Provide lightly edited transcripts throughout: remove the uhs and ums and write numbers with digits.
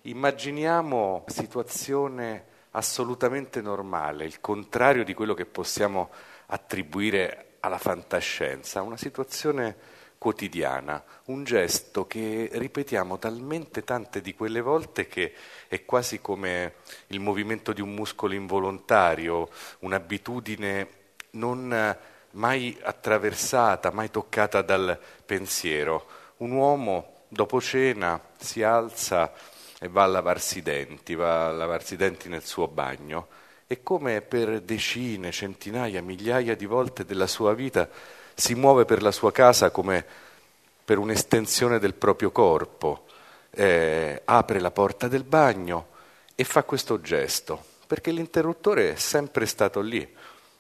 Immaginiamo una situazione assolutamente normale, il contrario di quello che possiamo attribuire alla fantascienza, una situazione quotidiana, un gesto che ripetiamo talmente tante di quelle volte che è quasi come il movimento di un muscolo involontario, un'abitudine non mai attraversata, mai toccata dal pensiero. Un uomo dopo cena si alza e va a lavarsi i denti nel suo bagno, e come per decine, centinaia, migliaia di volte della sua vita si muove per la sua casa come per un'estensione del proprio corpo, apre la porta del bagno e fa questo gesto, perché l'interruttore è sempre stato lì,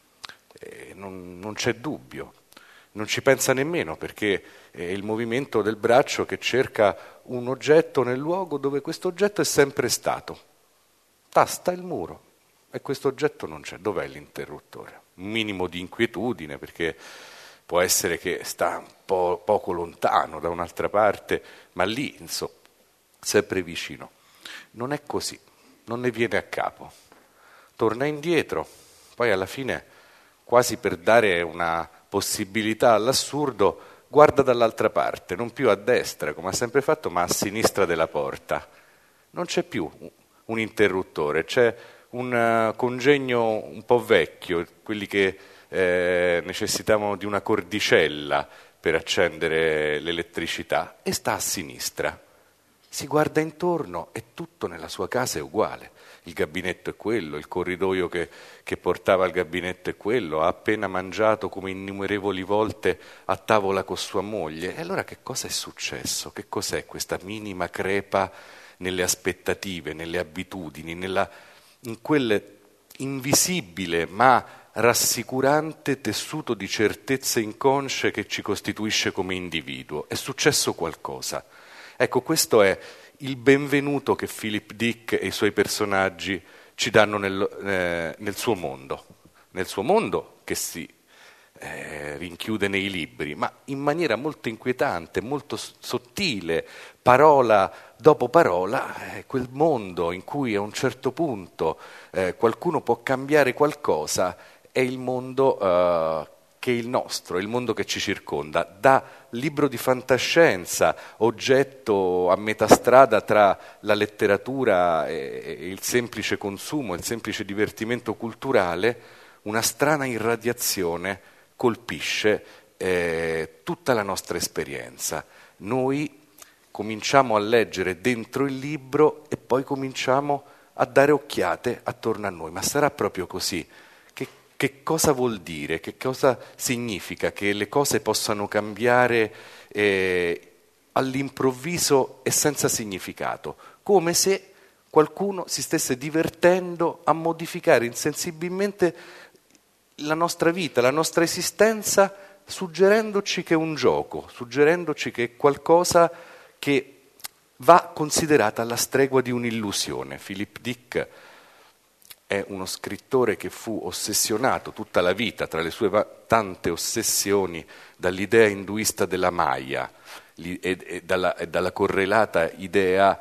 non c'è dubbio. Non ci pensa nemmeno, perché è il movimento del braccio che cerca un oggetto nel luogo dove questo oggetto è sempre stato. Tasta il muro e questo oggetto non c'è. Dov'è l'interruttore? Un minimo di inquietudine, perché può essere che sta un po' poco lontano da un'altra parte, ma lì, insomma, sempre vicino. Non è così, non ne viene a capo. Torna indietro, poi alla fine, quasi per dare una possibilità all'assurdo, guarda dall'altra parte, non più a destra come ha sempre fatto, ma a sinistra della porta. Non c'è più un interruttore, c'è un congegno un po' vecchio, quelli che necessitavano di una cordicella per accendere l'elettricità, e sta a sinistra. Si guarda intorno e tutto nella sua casa è uguale. Il gabinetto è quello, il corridoio che portava al gabinetto è quello, ha appena mangiato come innumerevoli volte a tavola con sua moglie. E allora che cosa è successo? Che cos'è questa minima crepa nelle aspettative, nelle abitudini, in quel invisibile ma rassicurante tessuto di certezze inconsce che ci costituisce come individuo? È successo qualcosa. Ecco, questo è il benvenuto che Philip Dick e i suoi personaggi ci danno nel suo mondo che si rinchiude nei libri, ma in maniera molto inquietante, molto sottile, parola dopo parola, quel mondo in cui a un certo punto qualcuno può cambiare qualcosa è il mondo che è il nostro, è il mondo che ci circonda. Da libro di fantascienza, oggetto a metà strada tra la letteratura e il semplice consumo, il semplice divertimento culturale, una strana irradiazione colpisce tutta la nostra esperienza. Noi cominciamo a leggere dentro il libro e poi cominciamo a dare occhiate attorno a noi. Ma sarà proprio così? Che cosa vuol dire? Che cosa significa che le cose possano cambiare all'improvviso e senza significato? Come se qualcuno si stesse divertendo a modificare insensibilmente la nostra vita, la nostra esistenza, suggerendoci che è un gioco, suggerendoci che è qualcosa che va considerata alla stregua di un'illusione. Philip Dick è uno scrittore che fu ossessionato tutta la vita, tra le sue tante ossessioni, dall'idea induista della Maya e dalla correlata idea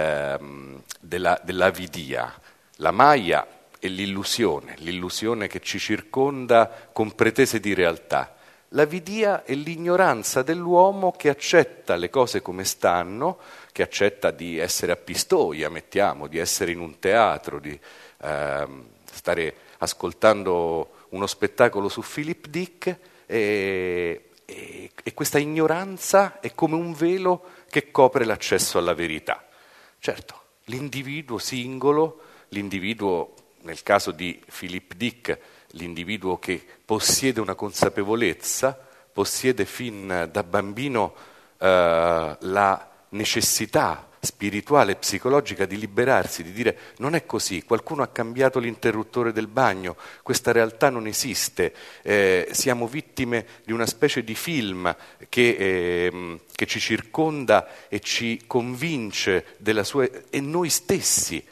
dell'avidia. La Maya è l'illusione che ci circonda con pretese di realtà. L'avidia è l'ignoranza dell'uomo che accetta le cose come stanno, che accetta di essere a Pistoia, di essere in un teatro, di stare ascoltando uno spettacolo su Philip Dick, e questa ignoranza è come un velo che copre l'accesso alla verità. Certo, l'individuo singolo, l'individuo, nel caso di Philip Dick, l'individuo che possiede una consapevolezza, possiede fin da bambino la necessità spirituale e psicologica di liberarsi, di dire non è così, qualcuno ha cambiato l'interruttore del bagno, questa realtà non esiste, siamo vittime di una specie di film che ci circonda e ci convince della sua, e noi stessi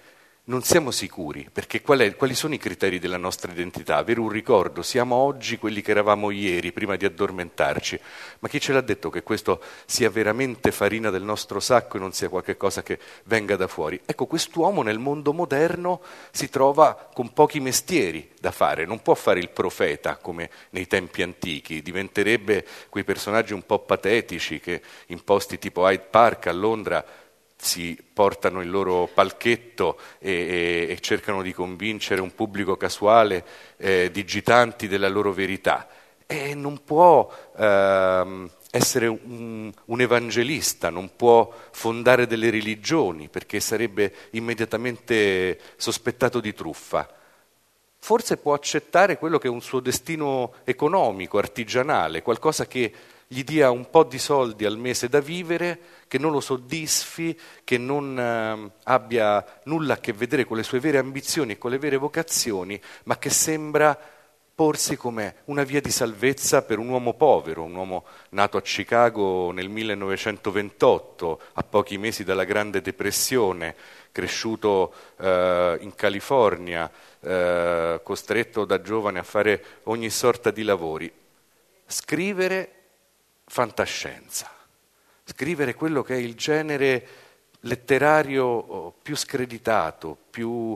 non siamo sicuri, perché quali sono i criteri della nostra identità? Avere un ricordo, siamo oggi quelli che eravamo ieri, prima di addormentarci. Ma chi ce l'ha detto che questo sia veramente farina del nostro sacco e non sia qualcosa che venga da fuori? Ecco, quest'uomo nel mondo moderno si trova con pochi mestieri da fare, non può fare il profeta come nei tempi antichi, diventerebbe quei personaggi un po' patetici che in posti tipo Hyde Park a Londra si portano il loro palchetto e cercano di convincere un pubblico casuale digitanti della loro verità. E non può essere un evangelista, non può fondare delle religioni, perché sarebbe immediatamente sospettato di truffa. Forse può accettare quello che è un suo destino economico, artigianale, qualcosa che gli dia un po' di soldi al mese da vivere, che non lo soddisfi, che non abbia nulla a che vedere con le sue vere ambizioni e con le vere vocazioni, ma che sembra porsi come una via di salvezza per un uomo povero, un uomo nato a Chicago nel 1928, a pochi mesi dalla Grande Depressione, cresciuto in California, costretto da giovane a fare ogni sorta di lavori. Scrivere fantascienza, scrivere quello che è il genere letterario più screditato, più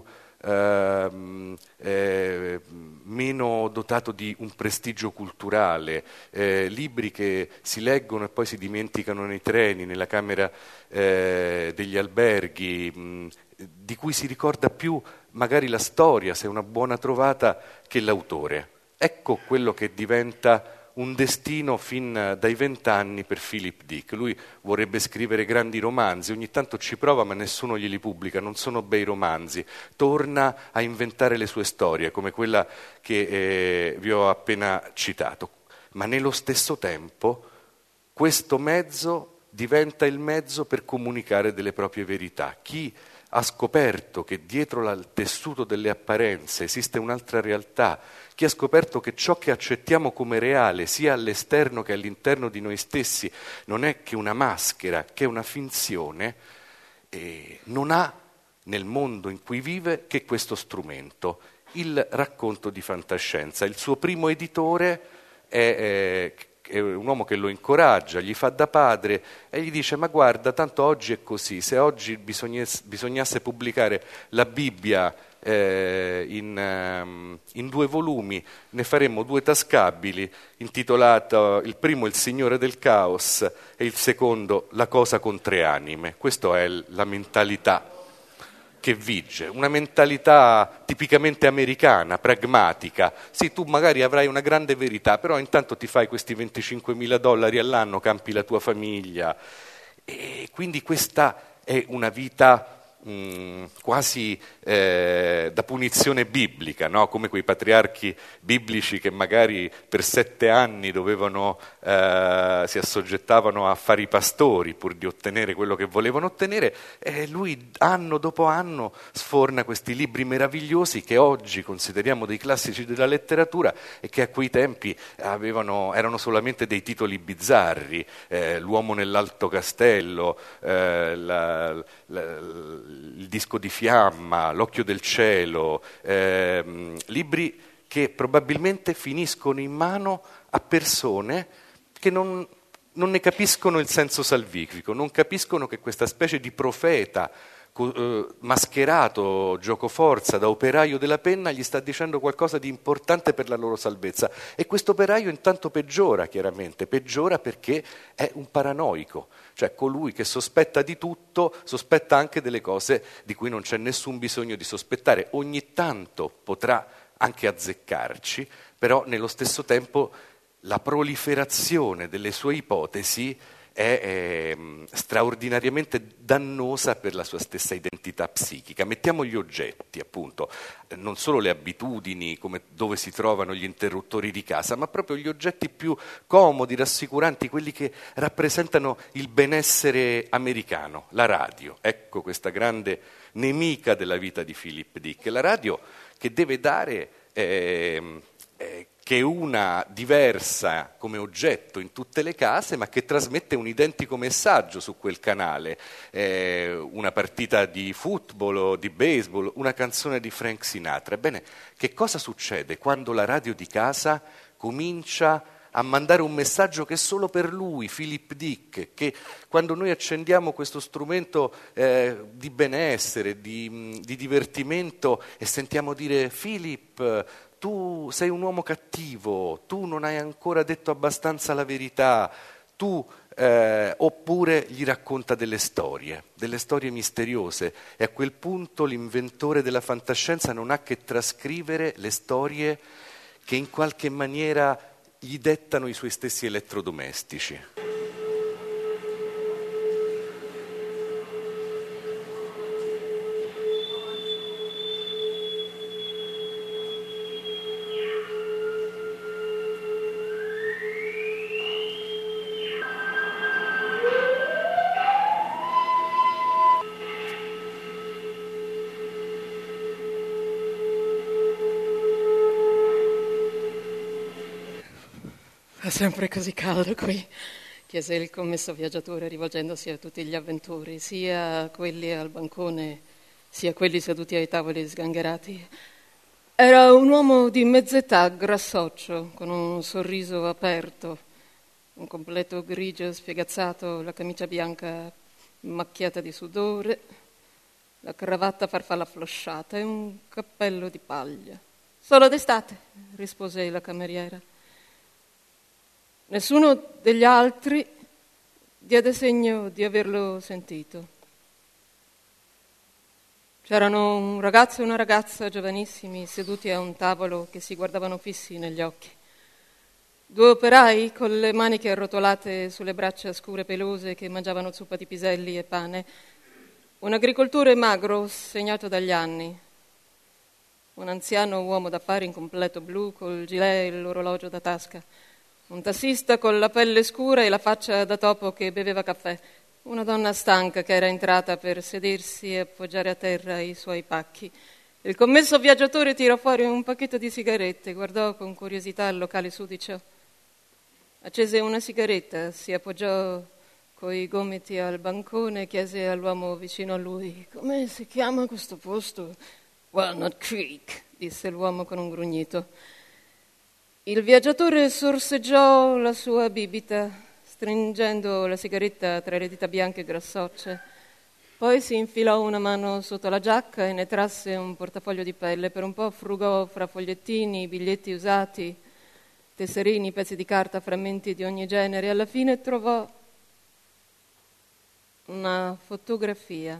meno dotato di un prestigio culturale, libri che si leggono e poi si dimenticano nei treni, nella camera degli alberghi, di cui si ricorda più magari la storia, se è una buona trovata, che l'autore. Ecco quello che diventa un destino fin dai 20 anni per Philip Dick. Lui vorrebbe scrivere grandi romanzi, ogni tanto ci prova ma nessuno glieli pubblica, non sono bei romanzi. Torna a inventare le sue storie, come quella che vi ho appena citato. Ma nello stesso tempo questo mezzo diventa il mezzo per comunicare delle proprie verità. Chi ha scoperto che dietro il tessuto delle apparenze esiste un'altra realtà, chi ha scoperto che ciò che accettiamo come reale, sia all'esterno che all'interno di noi stessi, non è che una maschera, che è una finzione, non ha nel mondo in cui vive che questo strumento, il racconto di fantascienza. Il suo primo editore è un uomo che lo incoraggia, gli fa da padre e gli dice: ma guarda, tanto oggi è così, se oggi bisognasse pubblicare la Bibbia in 2 volumi, ne faremmo 2 tascabili, intitolato il primo Il Signore del Caos e il secondo La cosa con 3 anime. Questa è la mentalità che vige, una mentalità tipicamente americana, pragmatica. Sì, tu magari avrai una grande verità, però intanto ti fai questi $25.000 all'anno, campi la tua famiglia. E quindi questa è una vita quasi da punizione biblica, no? Come quei patriarchi biblici che magari per 7 anni si assoggettavano a fare i pastori pur di ottenere quello che volevano ottenere, e lui anno dopo anno sforna questi libri meravigliosi che oggi consideriamo dei classici della letteratura e che a quei tempi erano solamente dei titoli bizzarri, L'uomo nell'alto castello, il disco di fiamma, L'occhio del cielo, libri che probabilmente finiscono in mano a persone che non ne capiscono il senso salvifico, non capiscono che questa specie di profeta mascherato giocoforza da operaio della penna gli sta dicendo qualcosa di importante per la loro salvezza, e questo operaio intanto peggiora, chiaramente peggiora perché è un paranoico, cioè colui che sospetta di tutto, sospetta anche delle cose di cui non c'è nessun bisogno di sospettare. Ogni tanto potrà anche azzeccarci, però nello stesso tempo la proliferazione delle sue ipotesi è straordinariamente dannosa per la sua stessa identità psichica. Mettiamo gli oggetti, appunto, non solo le abitudini, come dove si trovano gli interruttori di casa, ma proprio gli oggetti più comodi, rassicuranti, quelli che rappresentano il benessere americano, la radio. Ecco questa grande nemica della vita di Philip Dick. La radio che deve dare che è una diversa come oggetto in tutte le case, ma che trasmette un identico messaggio su quel canale, una partita di football o di baseball, una canzone di Frank Sinatra. Ebbene, che cosa succede quando la radio di casa comincia a mandare un messaggio che è solo per lui, Philip Dick, che quando noi accendiamo questo strumento di benessere, di divertimento e sentiamo dire Philip, tu sei un uomo cattivo, tu non hai ancora detto abbastanza la verità, oppure gli racconta delle storie misteriose, e a quel punto l'inventore della fantascienza non ha che trascrivere le storie che in qualche maniera gli dettano i suoi stessi elettrodomestici. È sempre così caldo qui, chiese il commesso viaggiatore rivolgendosi a tutti gli avventori, sia quelli al bancone, sia quelli seduti ai tavoli sgangherati. Era un uomo di mezz'età, grassoccio, con un sorriso aperto, un completo grigio spiegazzato, la camicia bianca macchiata di sudore, la cravatta farfalla flosciata e un cappello di paglia. «Solo d'estate», rispose la cameriera. Nessuno degli altri diede segno di averlo sentito. C'erano un ragazzo e una ragazza giovanissimi seduti a un tavolo che si guardavano fissi negli occhi. Due operai con le maniche arrotolate sulle braccia scure e pelose che mangiavano zuppa di piselli e pane. Un agricoltore magro segnato dagli anni. Un anziano uomo d'affari in completo blu col gilet e l'orologio da tasca. Un tassista con la pelle scura e la faccia da topo che beveva caffè. Una donna stanca che era entrata per sedersi e appoggiare a terra i suoi pacchi. Il commesso viaggiatore tirò fuori un pacchetto di sigarette, guardò con curiosità il locale sudicio. Accese una sigaretta, si appoggiò coi gomiti al bancone e chiese all'uomo vicino a lui: «Come si chiama questo posto?» «Walnut Creek», disse l'uomo con un grugnito. Il viaggiatore sorseggiò la sua bibita, stringendo la sigaretta tra le dita bianche e grassocce. Poi si infilò una mano sotto la giacca e ne trasse un portafoglio di pelle. Per un po' frugò fra fogliettini, biglietti usati, tesserini, pezzi di carta, frammenti di ogni genere. Alla fine trovò una fotografia.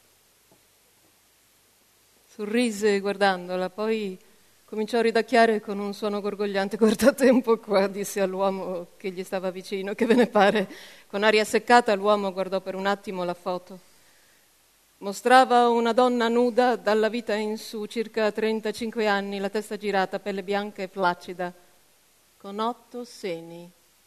Sorrise guardandola, poi cominciò a ridacchiare con un suono gorgogliante. «Guardate un po' qua», disse all'uomo che gli stava vicino. «Che ve ne pare?» Con aria seccata l'uomo guardò per un attimo la foto. Mostrava una donna nuda dalla vita in su, circa 35 anni, la testa girata, pelle bianca e flaccida, con 8 seni.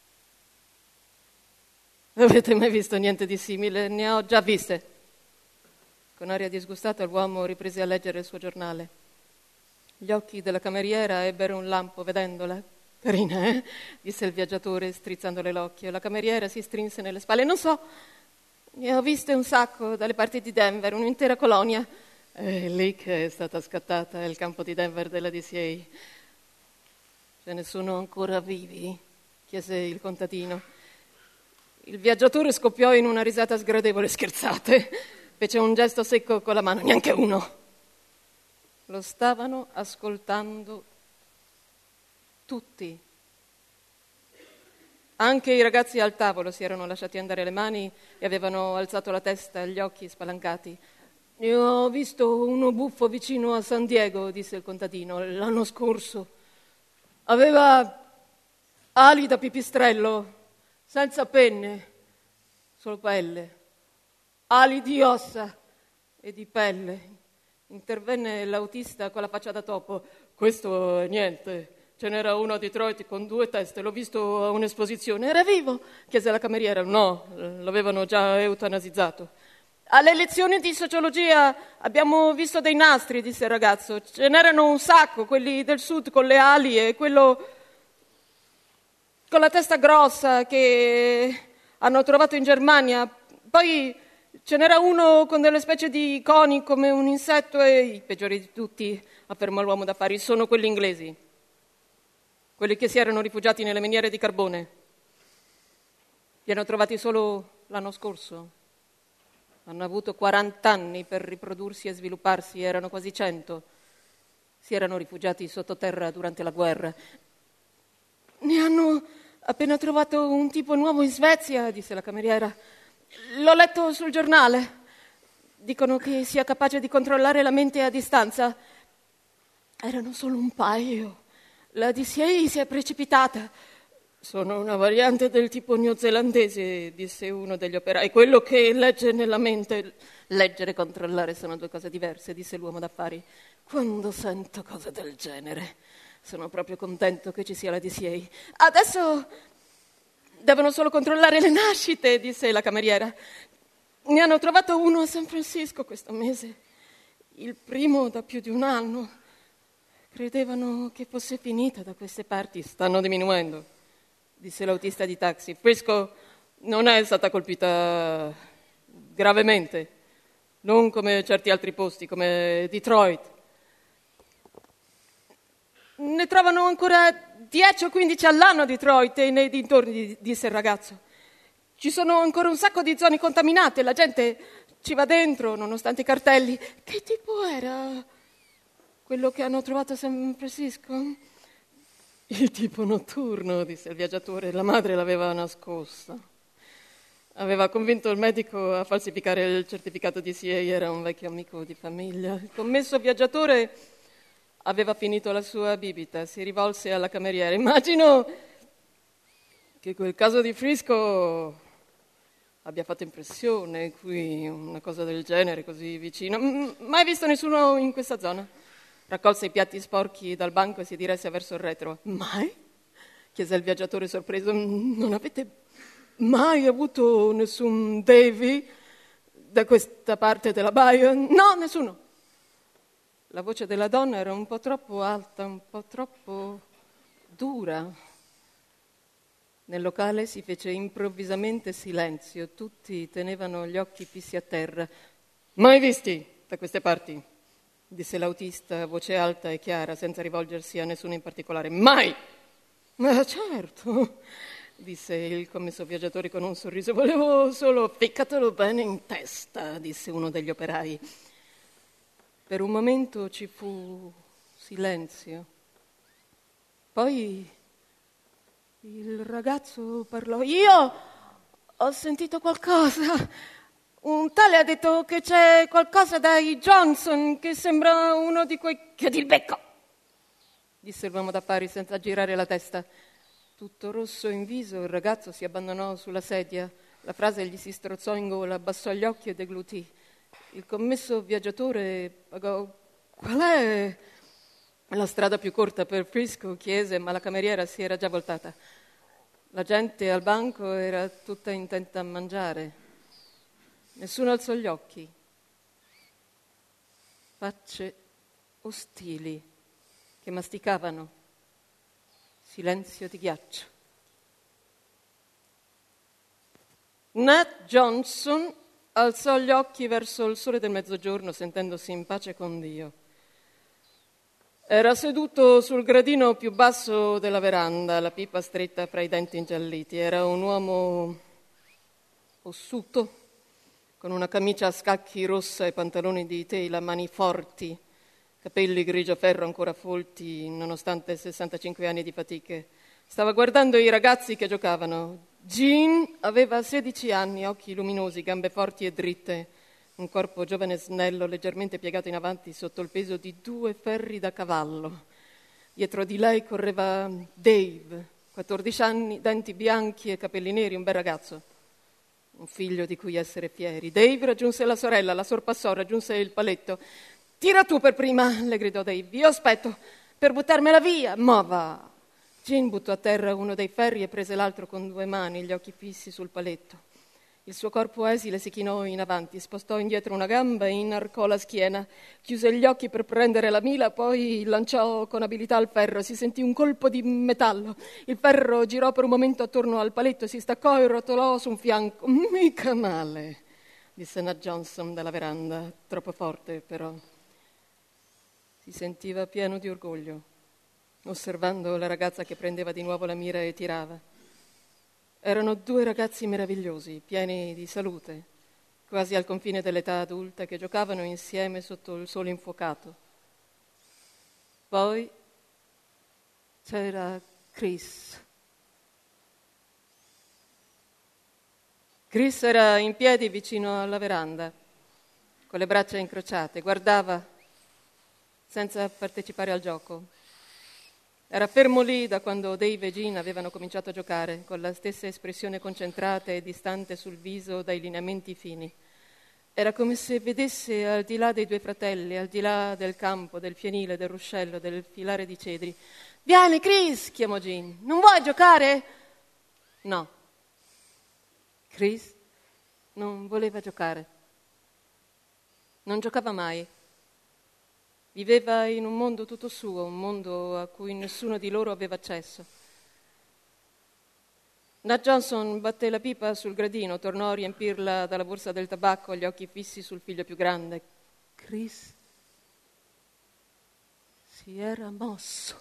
«Avete mai visto niente di simile?» «Ne ho già viste». Con aria disgustata l'uomo riprese a leggere il suo giornale. Gli occhi della cameriera ebbero un lampo vedendola. «Carina, eh?» disse il viaggiatore strizzandole l'occhio. La cameriera si strinse nelle spalle. «Non so, ne ho viste un sacco dalle parti di Denver, un'intera colonia». «È lì che è stata scattata, è il campo di Denver della DCA». «Ce ne sono ancora vivi?» chiese il contadino. Il viaggiatore scoppiò in una risata sgradevole. «Scherzate?» Fece un gesto secco con la mano. «Neanche uno». Lo stavano ascoltando tutti. Anche i ragazzi al tavolo si erano lasciati andare le mani e avevano alzato la testa, gli occhi spalancati. «Ne ho visto uno buffo vicino a San Diego», disse il contadino, «l'anno scorso. Aveva ali da pipistrello, senza penne, solo pelle, ali di ossa e di pelle». Intervenne l'autista con la faccia da topo. «Questo è niente. Ce n'era uno a Detroit con 2 teste, l'ho visto a un'esposizione». «Era vivo?» chiese la cameriera. «No, l'avevano già eutanasizzato». Alle lezioni di sociologia abbiamo visto dei nastri, disse il ragazzo. Ce n'erano un sacco, quelli del sud con le ali e quello con la testa grossa che hanno trovato in Germania. Poi ce n'era uno con delle specie di coni come un insetto e i peggiori di tutti, affermò l'uomo d'affari, sono quelli inglesi, quelli che si erano rifugiati nelle miniere di carbone. Li hanno trovati solo l'anno scorso. Hanno avuto 40 anni per riprodursi e svilupparsi, erano quasi 100. Si erano rifugiati sottoterra durante la guerra. Ne hanno appena trovato un tipo nuovo in Svezia, disse la cameriera. L'ho letto sul giornale. Dicono che sia capace di controllare la mente a distanza. Erano solo un paio. La DCA si è precipitata. Sono una variante del tipo neozelandese, disse uno degli operai. Quello che legge nella mente. Leggere e controllare sono due cose diverse, disse l'uomo d'affari. Quando sento cose del genere, sono proprio contento che ci sia la DCA. Adesso devono solo controllare le nascite, disse la cameriera. Ne hanno trovato uno a San Francisco questo mese. Il primo da più di un anno. Credevano che fosse finita da queste parti. Stanno diminuendo, disse l'autista di taxi. Frisco non è stata colpita gravemente, non come certi altri posti, come Detroit. Ne trovano ancora 10 o 15 all'anno a Detroit e nei dintorni, disse il ragazzo. Ci sono ancora un sacco di zone contaminate, la gente ci va dentro nonostante i cartelli. Che tipo era quello che hanno trovato a San Francisco? Il tipo notturno, disse il viaggiatore, la madre l'aveva nascosta. Aveva convinto il medico a falsificare il certificato di DCA, era un vecchio amico di famiglia. Il commesso viaggiatore aveva finito la sua bibita, si rivolse alla cameriera. Immagino che quel caso di Frisco abbia fatto impressione qui, una cosa del genere, così vicino. Mai visto nessuno in questa zona? Raccolse i piatti sporchi dal banco e si diresse verso il retro. Mai? Chiese il viaggiatore sorpreso. Non avete mai avuto nessun Davy da questa parte della baia? No, nessuno. La voce della donna era un po' troppo alta, un po' troppo dura. Nel locale si fece improvvisamente silenzio, tutti tenevano gli occhi fissi a terra. Mai visti da queste parti? Disse l'autista a voce alta e chiara, senza rivolgersi a nessuno in particolare. Mai! Ma certo, disse il commesso viaggiatore con un sorriso. Volevo solo ficcatelo bene in testa, disse uno degli operai. Per un momento ci fu silenzio. Poi il ragazzo parlò. Io ho sentito qualcosa. Un tale ha detto che c'è qualcosa dai Johnson che sembra uno di quei... Chiudi il becco! Disse l'uomo d'affari senza girare la testa. Tutto rosso in viso, il ragazzo si abbandonò sulla sedia. La frase gli si strozzò in gola, abbassò gli occhi e deglutì. Il commesso viaggiatore pagò. Qual è la strada più corta per Frisco? Chiese, ma la cameriera si era già voltata. La gente al banco era tutta intenta a mangiare. Nessuno alzò gli occhi. Facce ostili che masticavano. Silenzio di ghiaccio. Nat Johnson alzò gli occhi verso il sole del mezzogiorno, sentendosi in pace con Dio. Era seduto sul gradino più basso della veranda, la pipa stretta fra i denti ingialliti. Era un uomo ossuto, con una camicia a scacchi rossa e pantaloni di tela, mani forti, capelli grigio ferro ancora folti, nonostante 65 anni di fatiche. Stava guardando i ragazzi che giocavano. Jean aveva 16 anni, occhi luminosi, gambe forti e dritte, un corpo giovane e snello, leggermente piegato in avanti sotto il peso di 2 ferri da cavallo. Dietro di lei correva Dave, 14 anni, denti bianchi e capelli neri, un bel ragazzo. Un figlio di cui essere fieri. Dave raggiunse la sorella, la sorpassò, raggiunse il paletto. Tira tu per prima, le gridò Dave. Io aspetto per buttarmela via. Ma va. Jean buttò a terra uno dei ferri e prese l'altro con 2 mani, gli occhi fissi sul paletto. Il suo corpo esile si chinò in avanti, spostò indietro una gamba e inarcò la schiena. Chiuse gli occhi per prendere la mila, poi lanciò con abilità il ferro. Si sentì un colpo di metallo. Il ferro girò per un momento attorno al paletto, si staccò e rotolò su un fianco. «Mica male», disse Nat Johnson dalla veranda, troppo forte però. Si sentiva pieno di orgoglio, osservando la ragazza che prendeva di nuovo la mira e tirava. Erano due ragazzi meravigliosi, pieni di salute, quasi al confine dell'età adulta, che giocavano insieme sotto il sole infuocato. Poi c'era Chris. Chris era in piedi vicino alla veranda, con le braccia incrociate, guardava senza partecipare al gioco. Era fermo lì da quando Dave e Jean avevano cominciato a giocare, con la stessa espressione concentrata e distante sul viso dai lineamenti fini. Era come se vedesse al di là dei due fratelli, al di là del campo, del fienile, del ruscello, del filare di cedri. «Vieni, Chris!» chiamò Jean. «Non vuoi giocare?» No. Chris non voleva giocare. Non giocava mai. Viveva in un mondo tutto suo, un mondo a cui nessuno di loro aveva accesso. Nat Johnson batté la pipa sul gradino, tornò a riempirla dalla borsa del tabacco, gli occhi fissi sul figlio più grande. Chris si era mosso.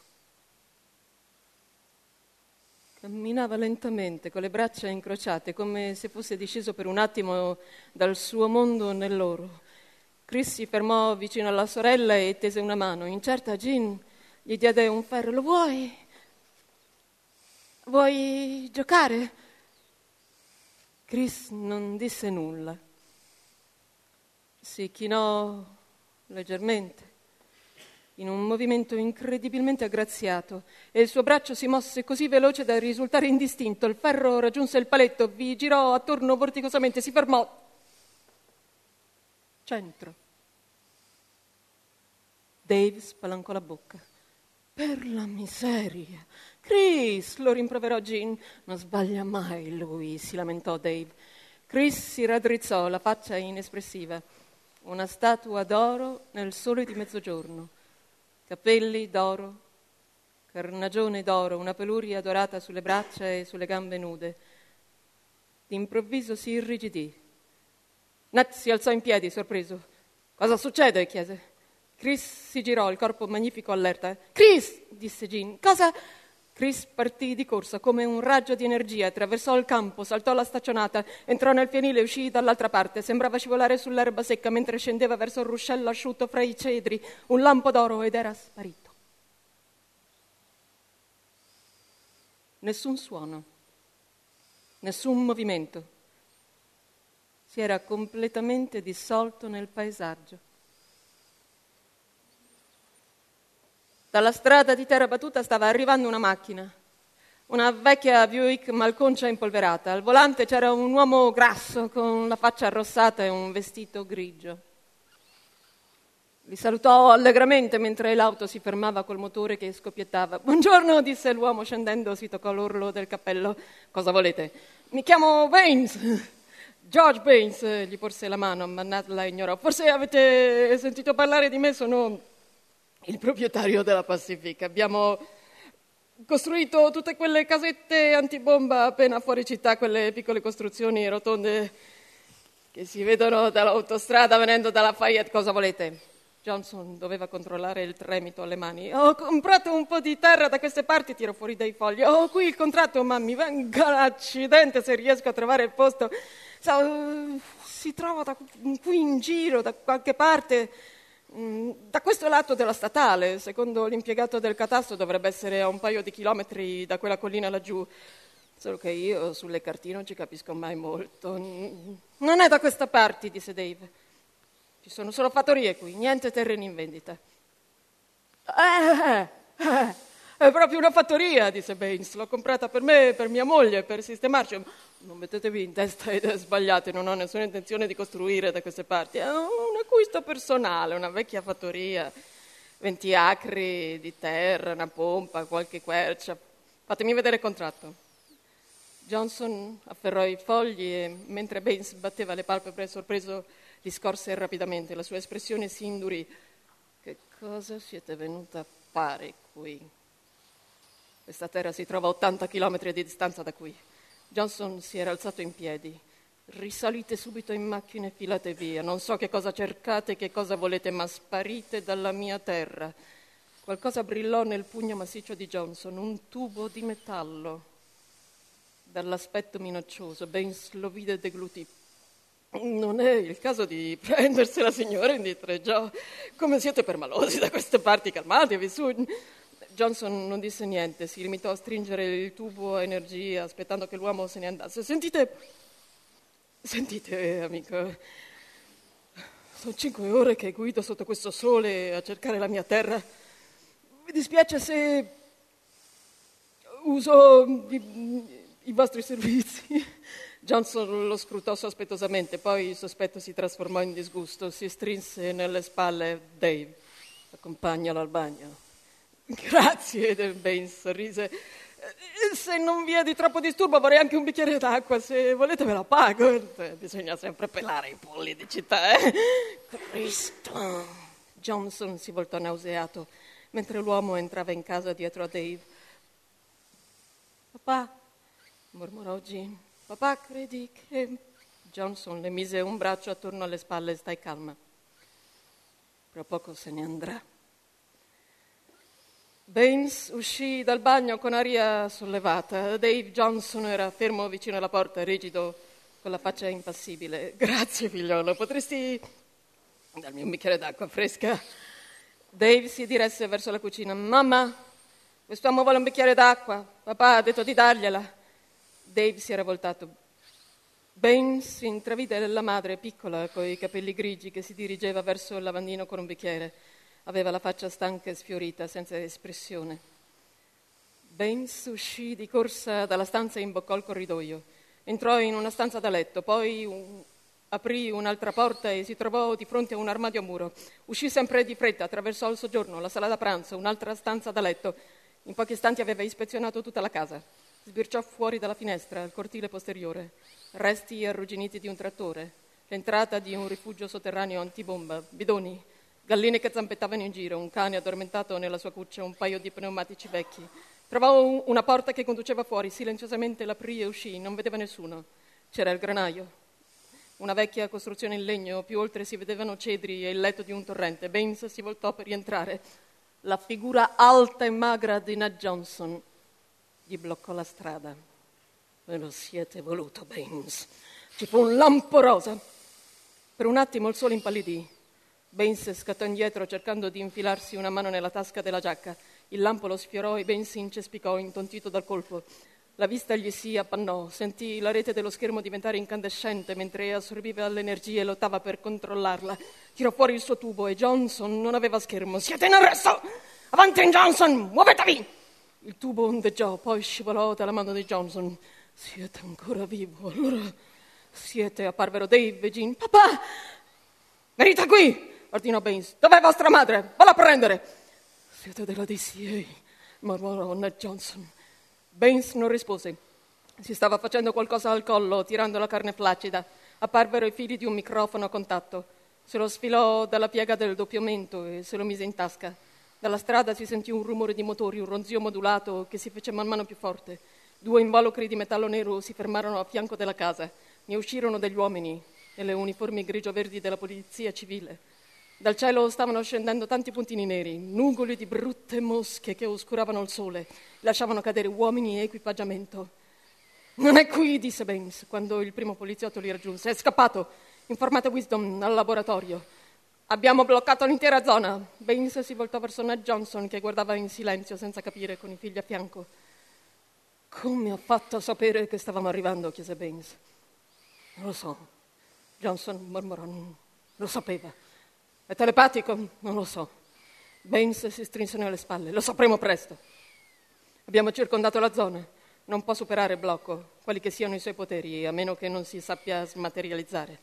Camminava lentamente, con le braccia incrociate, come se fosse disceso per un attimo dal suo mondo nel loro. Chris si fermò vicino alla sorella e tese una mano. Incerta, Jean gli diede un ferro. «Lo vuoi? Vuoi giocare?» Chris non disse nulla. Si chinò leggermente, in un movimento incredibilmente aggraziato, e il suo braccio si mosse così veloce da risultare indistinto. Il ferro raggiunse il paletto, vi girò attorno vorticosamente, si fermò. Centro. Dave spalancò la bocca. «Per la miseria! Chris!» lo rimproverò Jean. «Non sbaglia mai lui», si lamentò Dave. Chris si raddrizzò, la faccia inespressiva. Una statua d'oro nel sole di mezzogiorno. Capelli d'oro, carnagione d'oro, una peluria dorata sulle braccia e sulle gambe nude. D'improvviso si irrigidì. Nat si alzò in piedi, sorpreso. «Cosa succede?» chiese. Chris si girò, il corpo magnifico allerta. «Chris!» disse Jean. «Cosa?» Chris partì di corsa come un raggio di energia, attraversò il campo, saltò la staccionata, entrò nel fienile e uscì dall'altra parte. Sembrava scivolare sull'erba secca mentre scendeva verso il ruscello asciutto fra i cedri, un lampo d'oro, ed era sparito. Nessun suono, nessun movimento. Si era completamente dissolto nel paesaggio. Dalla strada di terra battuta stava arrivando una macchina, una vecchia Buick malconcia impolverata. Al volante c'era un uomo grasso con la faccia arrossata e un vestito grigio. Li salutò allegramente mentre l'auto si fermava col motore che scoppiettava. «Buongiorno», disse l'uomo scendendo, si toccò l'orlo del cappello. «Cosa volete?» «Mi chiamo Baines». «George Baines», gli porse la mano, ma Nat la ignorò. «Forse avete sentito parlare di me, sono il proprietario della Pacific. Abbiamo costruito tutte quelle casette antibomba appena fuori città, quelle piccole costruzioni rotonde che si vedono dall'autostrada venendo dalla Fayette. Cosa volete?» Johnson doveva controllare il tremito alle mani. «Ho comprato un po' di terra da queste parti», tirò fuori dei fogli. «Ho qui il contratto, ma mi venga l'accidente se riesco a trovare il posto. Si trova qui in giro, da qualche parte. Da questo lato della statale, secondo l'impiegato del catasto dovrebbe essere a un paio di chilometri da quella collina laggiù, solo che io sulle cartine non ci capisco mai molto». «Non è da questa parte», disse Dave. «Ci sono solo fattorie qui, niente terreni in vendita». È proprio una fattoria», disse Baines. «L'ho comprata per me e per mia moglie, per sistemarci. Non mettetevi in testa idee sbagliate, non ho nessuna intenzione di costruire da queste parti. È un acquisto personale, una vecchia fattoria, 20 acri di terra, una pompa, qualche quercia. Fatemi vedere il contratto». Johnson afferrò i fogli e, mentre Baines batteva le palpebre sorpreso, li scorse rapidamente. La sua espressione si indurì. Che cosa siete venuta a fare qui? Questa terra si trova a 80 chilometri di distanza da qui. Johnson si era alzato in piedi. Risalite subito in macchina e filate via. Non so che cosa cercate, che cosa volete, ma sparite dalla mia terra. Qualcosa brillò nel pugno massiccio di Johnson, un tubo di metallo. Dall'aspetto minaccioso, Baines lo vide e deglutì. Non è il caso di prendersela, signore, indietreggiò. Come siete permalosi da queste parti, calmatevi su. Johnson non disse niente, si limitò a stringere il tubo a energia, aspettando che l'uomo se ne andasse. Sentite, amico, sono 5 ore che guido sotto questo sole a cercare la mia terra. Mi dispiace se uso i vostri servizi. Johnson lo scrutò sospettosamente, poi il sospetto si trasformò in disgusto. Si strinse nelle spalle. Dave, accompagnalo al bagno. Grazie, Baines sorrise. Se non vi è di troppo disturbo vorrei anche un bicchiere d'acqua, se volete ve la pago. Bisogna sempre pelare i polli di città, eh? Cristo! Johnson si voltò nauseato mentre l'uomo entrava in casa dietro a Dave. Papà, mormorò Jean, papà, credi che... Johnson le mise un braccio attorno alle spalle. Stai calma. Tra poco se ne andrà. Baines uscì dal bagno con aria sollevata. Dave Johnson era fermo vicino alla porta, rigido, con la faccia impassibile. Grazie, figliolo, potresti darmi un bicchiere d'acqua fresca? Dave si diresse verso la cucina. Mamma, quest'uomo vuole un bicchiere d'acqua. Papà ha detto di dargliela. Dave si era voltato. Baines intravide la madre, piccola, coi capelli grigi, che si dirigeva verso il lavandino con un bicchiere. Aveva la faccia stanca e sfiorita, senza espressione. Baines uscì di corsa dalla stanza e imboccò il corridoio. Entrò in una stanza da letto, poi aprì un'altra porta e si trovò di fronte a un armadio a muro. Uscì sempre di fretta, attraversò il soggiorno, la sala da pranzo, un'altra stanza da letto. In pochi istanti aveva ispezionato tutta la casa. Sbirciò fuori dalla finestra, al cortile posteriore. Resti arrugginiti di un trattore, l'entrata di un rifugio sotterraneo antibomba, bidoni, galline che zampettavano in giro, un cane addormentato nella sua cuccia, un paio di pneumatici vecchi. Trovò una porta che conduceva fuori, silenziosamente l'aprì e uscì, non vedeva nessuno. C'era il granaio, una vecchia costruzione in legno, più oltre si vedevano cedri e il letto di un torrente. Baines si voltò per rientrare. La figura alta e magra di Ned Johnson gli bloccò la strada. Ve lo siete voluto, Baines. Ci fu un lampo rosa. Per un attimo il sole impallidì. Baines scattò indietro cercando di infilarsi una mano nella tasca della giacca. Il lampo lo sfiorò e Baines incespicò, intontito dal colpo. La vista gli si appannò, sentì la rete dello schermo diventare incandescente mentre assorbiva l'energia e lottava per controllarla. Tirò fuori il suo tubo e Johnson non aveva schermo. Siete in arresto! Avanti, Johnson! Muovetevi! Il tubo ondeggiò, poi scivolò dalla mano di Johnson. Siete ancora vivo, allora siete, apparvero Dave e Jean. Papà! Venite qui! Ordinò Baines. Dov'è vostra madre? Valla a prendere! Siete della DCA, mormorò Ned Johnson. Baines non rispose. Si stava facendo qualcosa al collo, tirando la carne flaccida. Apparvero i fili di un microfono a contatto. Se lo sfilò dalla piega del doppiamento e se lo mise in tasca. Dalla strada si sentì un rumore di motori, un ronzio modulato che si fece man mano più forte. 2 involucri di metallo nero si fermarono a fianco della casa. Ne uscirono degli uomini nelle uniformi grigio-verdi della polizia civile. Dal cielo stavano scendendo tanti puntini neri, nugoli di brutte mosche che oscuravano il sole, lasciavano cadere uomini e equipaggiamento. Non è qui, disse Baines, quando il primo poliziotto li raggiunse. È scappato. Informate Wisdom al laboratorio. Abbiamo bloccato l'intera zona. Baines si voltò verso Ned Johnson, che guardava in silenzio, senza capire, con i figli a fianco. Come ha fatto a sapere che stavamo arrivando? Chiese Baines. Non lo so. Johnson mormorò. Lo sapeva. È telepatico? Non lo so. Baines si strinse nelle spalle. Lo sapremo presto. Abbiamo circondato la zona. Non può superare il blocco, quali che siano i suoi poteri, a meno che non si sappia smaterializzare.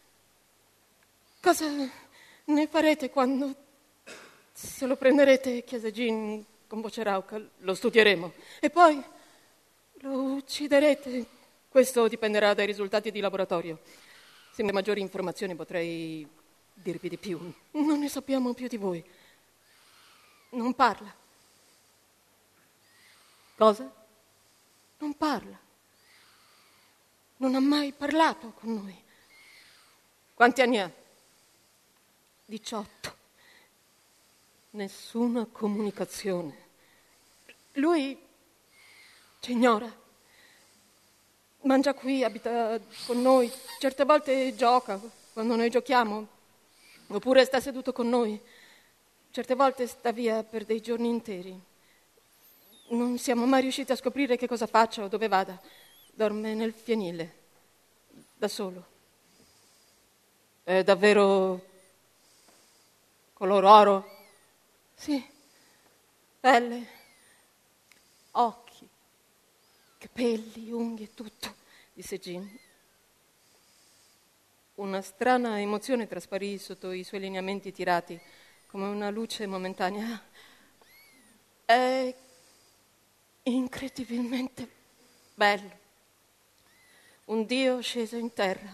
Cosa ne farete quando se lo prenderete? Chiese Jean con voce rauca. Lo studieremo. E poi lo ucciderete Questo dipenderà dai risultati di laboratorio. Se mi maggiori informazioni potrei dirvi di più. Non ne sappiamo più di voi. Non parla. Cosa? Non parla. Non ha mai parlato con noi. Quanti anni ha? 18. Nessuna comunicazione. Lui ci ignora. Mangia qui, abita con noi. Certe volte gioca quando noi giochiamo. Oppure sta seduto con noi. Certe volte sta via per dei giorni interi. Non siamo mai riusciti a scoprire che cosa faccia o dove vada. Dorme nel fienile, da solo. È davvero color oro? Sì. Pelle, occhi, capelli, unghie, tutto, disse Jean. Una strana emozione trasparì sotto i suoi lineamenti tirati, come una luce momentanea. È incredibilmente bello. Un Dio sceso in terra.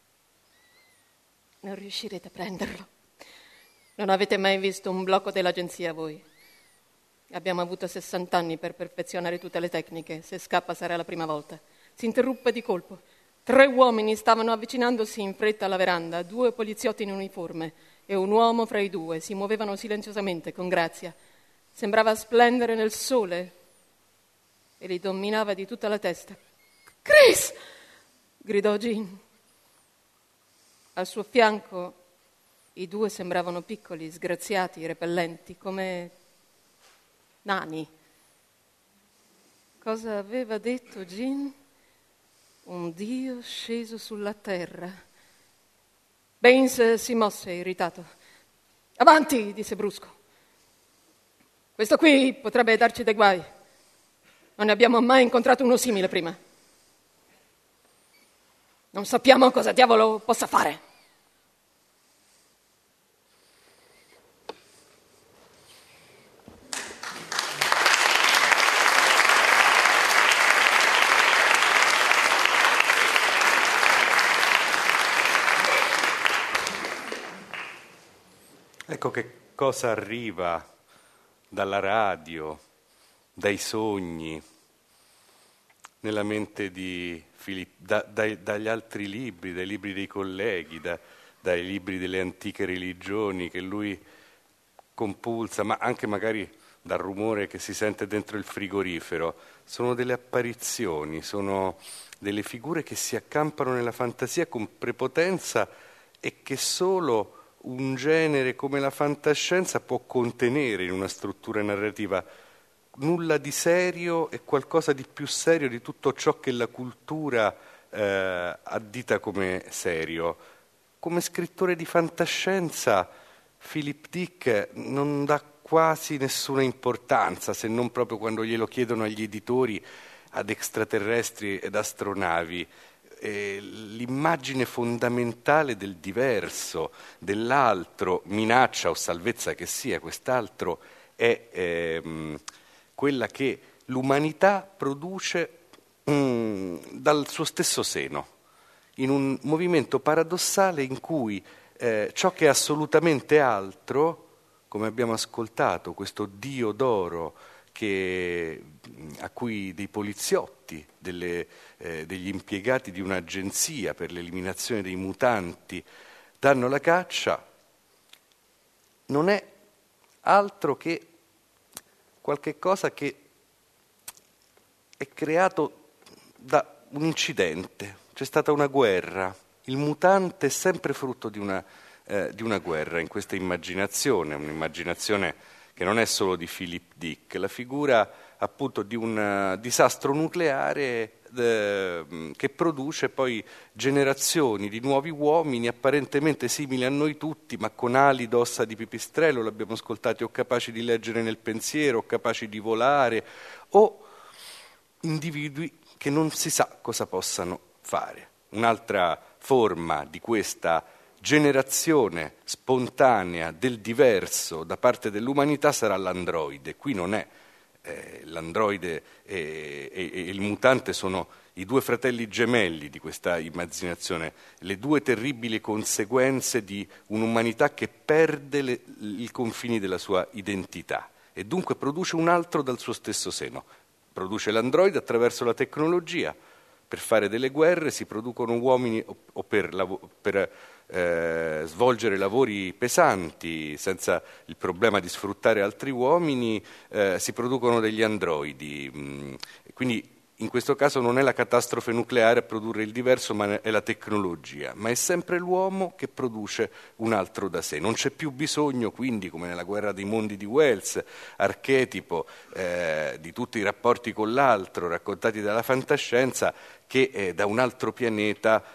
Non riuscirete a prenderlo. Non avete mai visto un blocco dell'agenzia voi? Abbiamo avuto 60 anni per perfezionare tutte le tecniche. Se scappa sarà la prima volta. Si interruppe di colpo. 3 uomini stavano avvicinandosi in fretta alla veranda, 2 poliziotti in uniforme e un uomo fra i 2. Si muovevano silenziosamente, con grazia. Sembrava splendere nel sole e li dominava di tutta la testa. Chris! Gridò Jean. Al suo fianco i 2 sembravano piccoli, sgraziati, repellenti, come nani. Cosa aveva detto Jean? Un Dio sceso sulla terra. Baines si mosse, irritato. Avanti, disse brusco. Questo qui potrebbe darci dei guai. Non ne abbiamo mai incontrato uno simile prima. Non sappiamo cosa diavolo possa fare. Ecco che cosa arriva dalla radio, dai sogni, nella mente di Filippo, dagli altri libri, dai libri dei colleghi, dai libri delle antiche religioni che lui compulsa, ma anche magari dal rumore che si sente dentro il frigorifero. Sono delle apparizioni, sono delle figure che si accampano nella fantasia con prepotenza e che solo un genere come la fantascienza può contenere in una struttura narrativa. Nulla di serio e qualcosa di più serio di tutto ciò che la cultura addita come serio. Come scrittore di fantascienza Philip Dick non dà quasi nessuna importanza, se non proprio quando glielo chiedono agli editori, ad extraterrestri ed astronavi. L'immagine fondamentale del diverso, dell'altro, minaccia o salvezza che sia, quest'altro è quella che l'umanità produce dal suo stesso seno, in un movimento paradossale in cui ciò che è assolutamente altro, come abbiamo ascoltato, questo Dio d'oro a cui dei poliziotti, degli impiegati di un'agenzia per l'eliminazione dei mutanti danno la caccia, non è altro che qualche cosa che è creato da un incidente. C'è stata una guerra, il mutante è sempre frutto di una guerra in questa immaginazione, un'immaginazione che non è solo di Philip Dick, la figura appunto di un disastro nucleare che produce poi generazioni di nuovi uomini apparentemente simili a noi tutti, ma con ali d'ossa di pipistrello, l'abbiamo ascoltato, o capaci di leggere nel pensiero, o capaci di volare, o individui che non si sa cosa possano fare. Un'altra forma di questa generazione spontanea del diverso da parte dell'umanità sarà l'androide. Qui non è l'androide e il mutante sono i due fratelli gemelli di questa immaginazione, le due terribili conseguenze di un'umanità che perde i confini della sua identità e dunque produce un altro dal suo stesso seno. Produce l'androide attraverso la tecnologia. Per fare delle guerre si producono uomini o per svolgere lavori pesanti senza il problema di sfruttare altri uomini, si producono degli androidi. Quindi in questo caso non è la catastrofe nucleare a produrre il diverso, ma è la tecnologia, ma è sempre l'uomo che produce un altro da sé. Non c'è più bisogno, quindi, come nella Guerra dei mondi di Wells, archetipo di tutti i rapporti con l'altro raccontati dalla fantascienza, che da un altro pianeta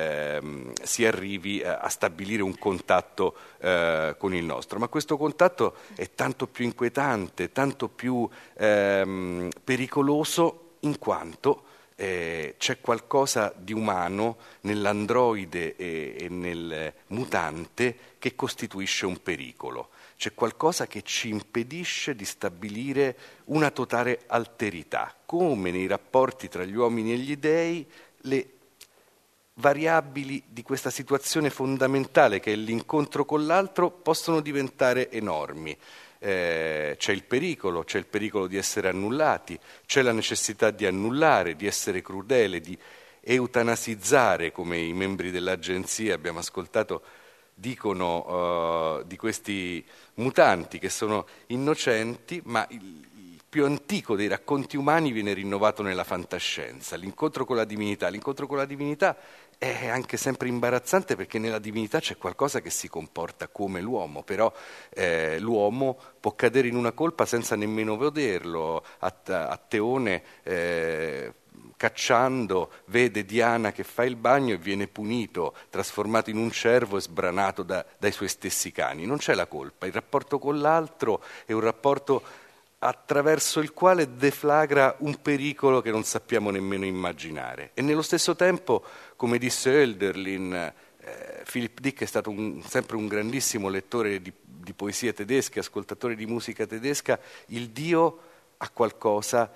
si arrivi a stabilire un contatto con il nostro. Ma questo contatto è tanto più inquietante, tanto più pericoloso, in quanto c'è qualcosa di umano nell'androide e nel mutante che costituisce un pericolo. C'è qualcosa che ci impedisce di stabilire una totale alterità, come nei rapporti tra gli uomini e gli dei le variabili di questa situazione fondamentale che è l'incontro con l'altro possono diventare enormi. C'è il pericolo di essere annullati, c'è la necessità di annullare, di essere crudele, di eutanasizzare, come i membri dell'agenzia abbiamo ascoltato dicono di questi mutanti che sono innocenti, ma il più antico dei racconti umani viene rinnovato nella fantascienza, l'incontro con la divinità. L'incontro con la divinità è anche sempre imbarazzante perché nella divinità c'è qualcosa che si comporta come l'uomo, però l'uomo può cadere in una colpa senza nemmeno vederlo. A Teone cacciando vede Diana che fa il bagno e viene punito, trasformato in un cervo e sbranato dai suoi stessi cani. Non c'è la colpa, il rapporto con l'altro è un rapporto attraverso il quale deflagra un pericolo che non sappiamo nemmeno immaginare. E nello stesso tempo, come disse Hölderlin, Philip Dick è stato sempre un grandissimo lettore di poesie tedesche, ascoltatore di musica tedesca, il Dio ha qualcosa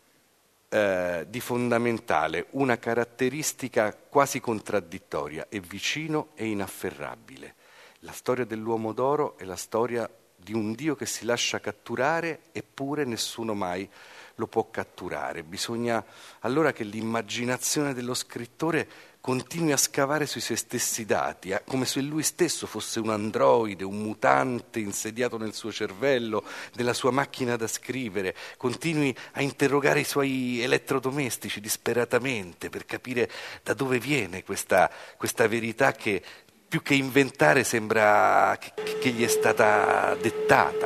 di fondamentale, una caratteristica quasi contraddittoria, è vicino e inafferrabile. La storia dell'uomo d'oro è la storia di un Dio che si lascia catturare, eppure nessuno mai lo può catturare. Bisogna allora che l'immaginazione dello scrittore continui a scavare sui suoi stessi dati, come se lui stesso fosse un androide, un mutante insediato nel suo cervello, nella sua macchina da scrivere, continui a interrogare i suoi elettrodomestici disperatamente per capire da dove viene questa verità che più che inventare sembra che gli è stata dettata.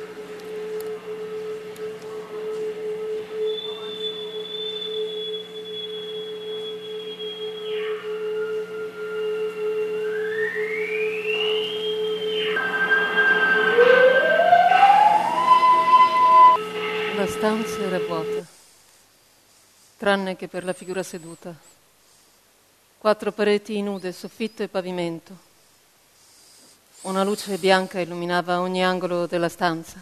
La stanza era vuota, tranne che per la figura seduta. 4 pareti nude, soffitto e pavimento. Una luce bianca illuminava ogni angolo della stanza.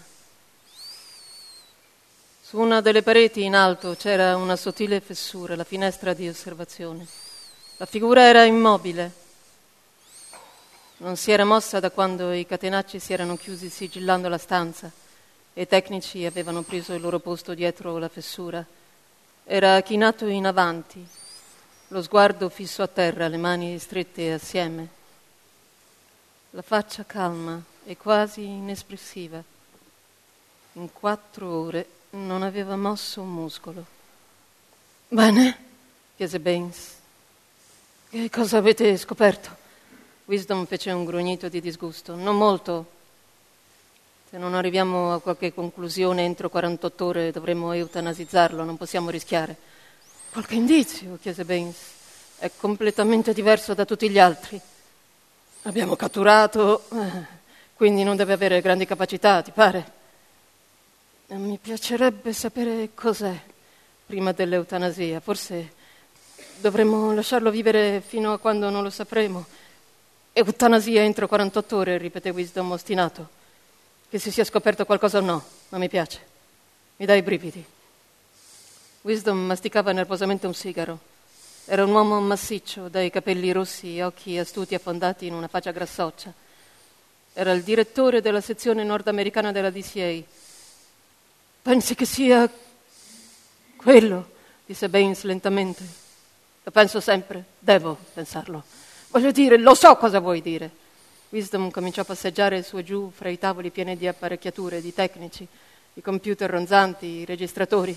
Su una delle pareti in alto c'era una sottile fessura, la finestra di osservazione. La figura era immobile. Non si era mossa da quando i catenacci si erano chiusi sigillando la stanza e i tecnici avevano preso il loro posto dietro la fessura. Era chinato in avanti, lo sguardo fisso a terra, le mani strette assieme, la faccia calma e quasi inespressiva. In 4 ore non aveva mosso un muscolo. «Bene?» chiese Baines. «Che cosa avete scoperto?» Wisdom fece un grugnito di disgusto. «Non molto. Se non arriviamo a qualche conclusione entro 48 ore dovremmo eutanasizzarlo, non possiamo rischiare». «Qualche indizio?» chiese Baines. «È completamente diverso da tutti gli altri. L'abbiamo catturato, quindi non deve avere grandi capacità, ti pare?» «Mi piacerebbe sapere cos'è prima dell'eutanasia. Forse dovremmo lasciarlo vivere fino a quando non lo sapremo». «Eutanasia entro 48 ore», ripeté Wisdom ostinato. «Che si sia scoperto qualcosa o no, non mi piace. Mi dà i brividi». Wisdom masticava nervosamente un sigaro. Era un uomo massiccio, dai capelli rossi e occhi astuti affondati in una faccia grassoccia. Era il direttore della sezione nordamericana della DCA. Pensi che sia quello? Disse Baines lentamente. Lo penso sempre, devo pensarlo. Voglio dire, lo so cosa vuoi dire. Wisdom cominciò a passeggiare su e giù fra i tavoli pieni di apparecchiature, di tecnici, i computer ronzanti, i registratori.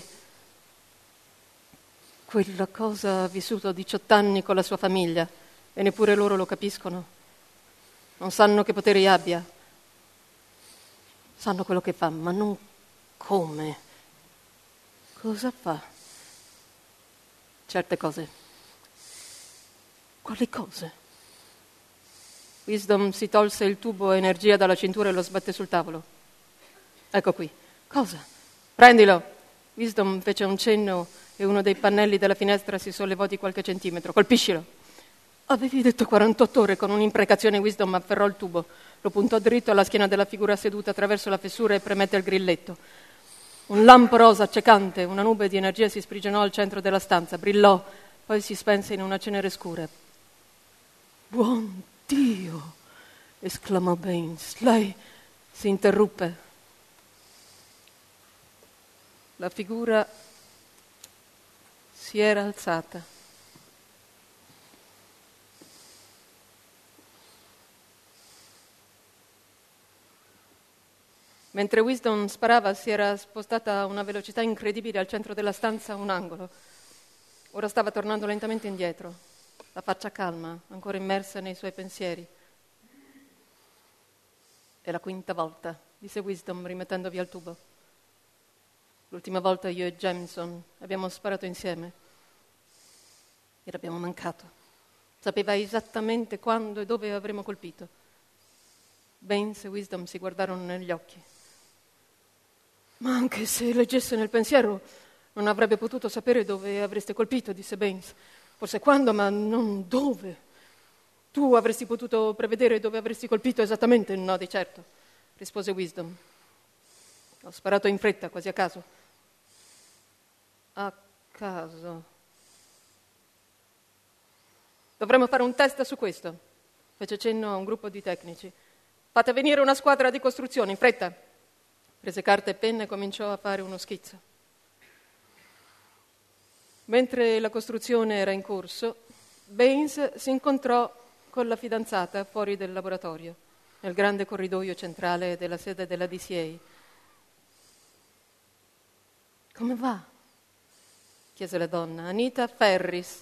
Quella cosa ha vissuto 18 anni con la sua famiglia e neppure loro lo capiscono. Non sanno che poteri abbia. Sanno quello che fa, ma non come. Cosa fa? Certe cose. Quali cose? Wisdom si tolse il tubo a energia dalla cintura e lo sbatté sul tavolo. Ecco qui. Cosa? Prendilo. Wisdom fece un cenno e uno dei pannelli della finestra si sollevò di qualche centimetro. Colpiscilo. Avevi detto 48 ore. Con un'imprecazione Wisdom afferrò il tubo, lo puntò dritto alla schiena della figura seduta attraverso la fessura e premette il grilletto. Un lampo rosa accecante, una nube di energia si sprigionò al centro della stanza, brillò, poi si spense in una cenere scura. Buon Dio! Esclamò Baines. Lei si interruppe. La figura si era alzata. Mentre Wisdom sparava, si era spostata a una velocità incredibile al centro della stanza, a un angolo. Ora stava tornando lentamente indietro, la faccia calma, ancora immersa nei suoi pensieri. È la quinta volta, disse Wisdom, rimettendo via il tubo. L'ultima volta io e Jameson abbiamo sparato insieme e l'abbiamo mancato. Sapeva esattamente quando e dove avremmo colpito. Baines e Wisdom si guardarono negli occhi. Ma anche se leggesse nel pensiero non avrebbe potuto sapere dove avreste colpito, disse Baines. Forse quando, ma non dove. Tu avresti potuto prevedere dove avresti colpito esattamente? No, di certo, rispose Wisdom. Ho sparato in fretta, quasi a caso. A caso. Dovremmo fare un test su questo. Fece cenno a un gruppo di tecnici. Fate venire una squadra di costruzione, in fretta. Prese carta e penna e cominciò a fare uno schizzo. Mentre la costruzione era in corso, Baines si incontrò con la fidanzata fuori del laboratorio, nel grande corridoio centrale della sede della DCA. Come va? Chiese la donna. Anita Ferris.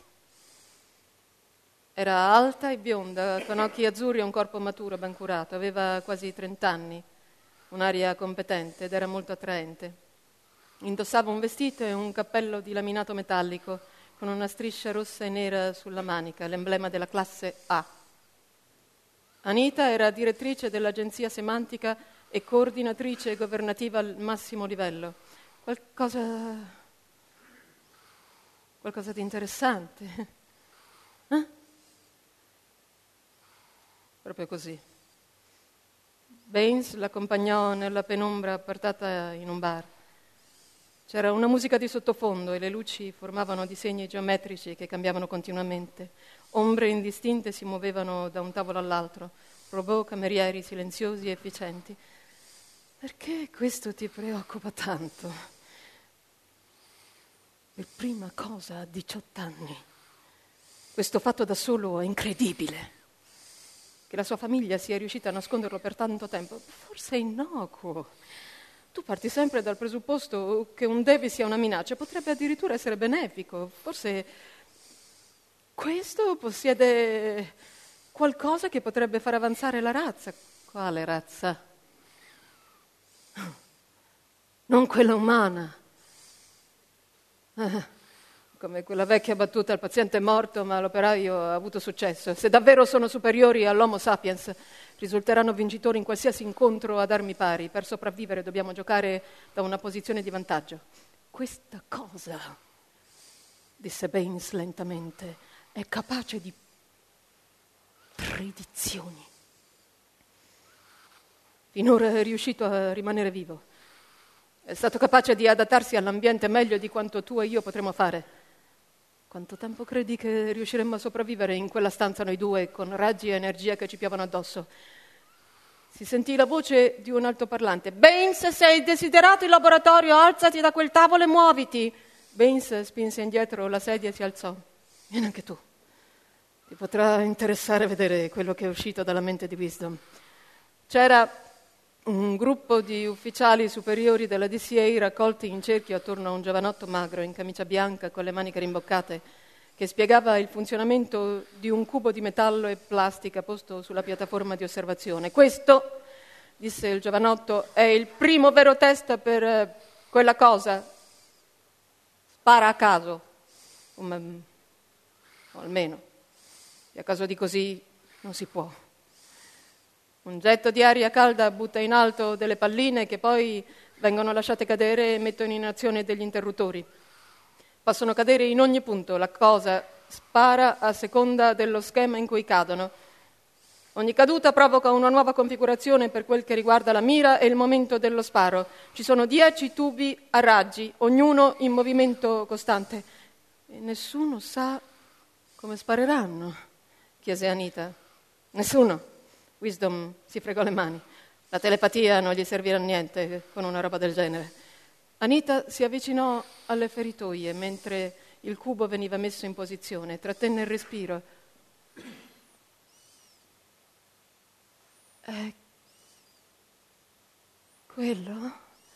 Era alta e bionda, con occhi azzurri e un corpo maturo, ben curato. Aveva quasi 30 anni, un'aria competente ed era molto attraente. Indossava un vestito e un cappello di laminato metallico con una striscia rossa e nera sulla manica, l'emblema della classe A. Anita era direttrice dell'agenzia semantica e coordinatrice governativa al massimo livello. Qualcosa di interessante. Proprio così. Baines l'accompagnò nella penombra appartata in un bar. C'era una musica di sottofondo e le luci formavano disegni geometrici che cambiavano continuamente. Ombre indistinte si muovevano da un tavolo all'altro, robot camerieri silenziosi e efficienti. Perché questo ti preoccupa tanto? Per prima cosa a 18 anni. Questo fatto da solo è incredibile. Che la sua famiglia sia riuscita a nasconderlo per tanto tempo, forse è innocuo. Tu parti sempre dal presupposto che un Devi sia una minaccia, potrebbe addirittura essere benefico. Forse questo possiede qualcosa che potrebbe far avanzare la razza. Quale razza? Non quella umana. Come quella vecchia battuta, il paziente è morto ma l'operaio ha avuto successo. Se davvero sono superiori all'Homo sapiens, risulteranno vincitori in qualsiasi incontro ad armi pari. Per sopravvivere dobbiamo giocare da una posizione di vantaggio. Questa cosa, disse Baines lentamente, è capace di predizioni. Finora è riuscito a rimanere vivo. È stato capace di adattarsi all'ambiente meglio di quanto tu e io potremmo fare. Quanto tempo credi che riusciremmo a sopravvivere in quella stanza noi due, con raggi e energia che ci piovano addosso? Si sentì la voce di un altoparlante. Baines, sei desiderato in laboratorio, alzati da quel tavolo e muoviti. Baines spinse indietro la sedia e si alzò. Vieni anche tu. Ti potrà interessare vedere quello che è uscito dalla mente di Wisdom. C'era un gruppo di ufficiali superiori della DCA raccolti in cerchio attorno a un giovanotto magro in camicia bianca con le maniche rimboccate che spiegava il funzionamento di un cubo di metallo e plastica posto sulla piattaforma di osservazione. Questo, disse il giovanotto, è il primo vero test per quella cosa. Spara a caso, o almeno, e a caso di così non si può. Un getto di aria calda butta in alto delle palline che poi vengono lasciate cadere e mettono in azione degli interruttori. Possono cadere in ogni punto, la cosa spara a seconda dello schema in cui cadono. Ogni caduta provoca una nuova configurazione per quel che riguarda la mira e il momento dello sparo. Ci sono 10 tubi a raggi, ognuno in movimento costante. E nessuno sa come spareranno, chiese Anita. Nessuno. Wisdom si fregò le mani. La telepatia non gli servirà a niente con una roba del genere. Anita si avvicinò alle feritoie mentre il cubo veniva messo in posizione, trattenne il respiro. È quello?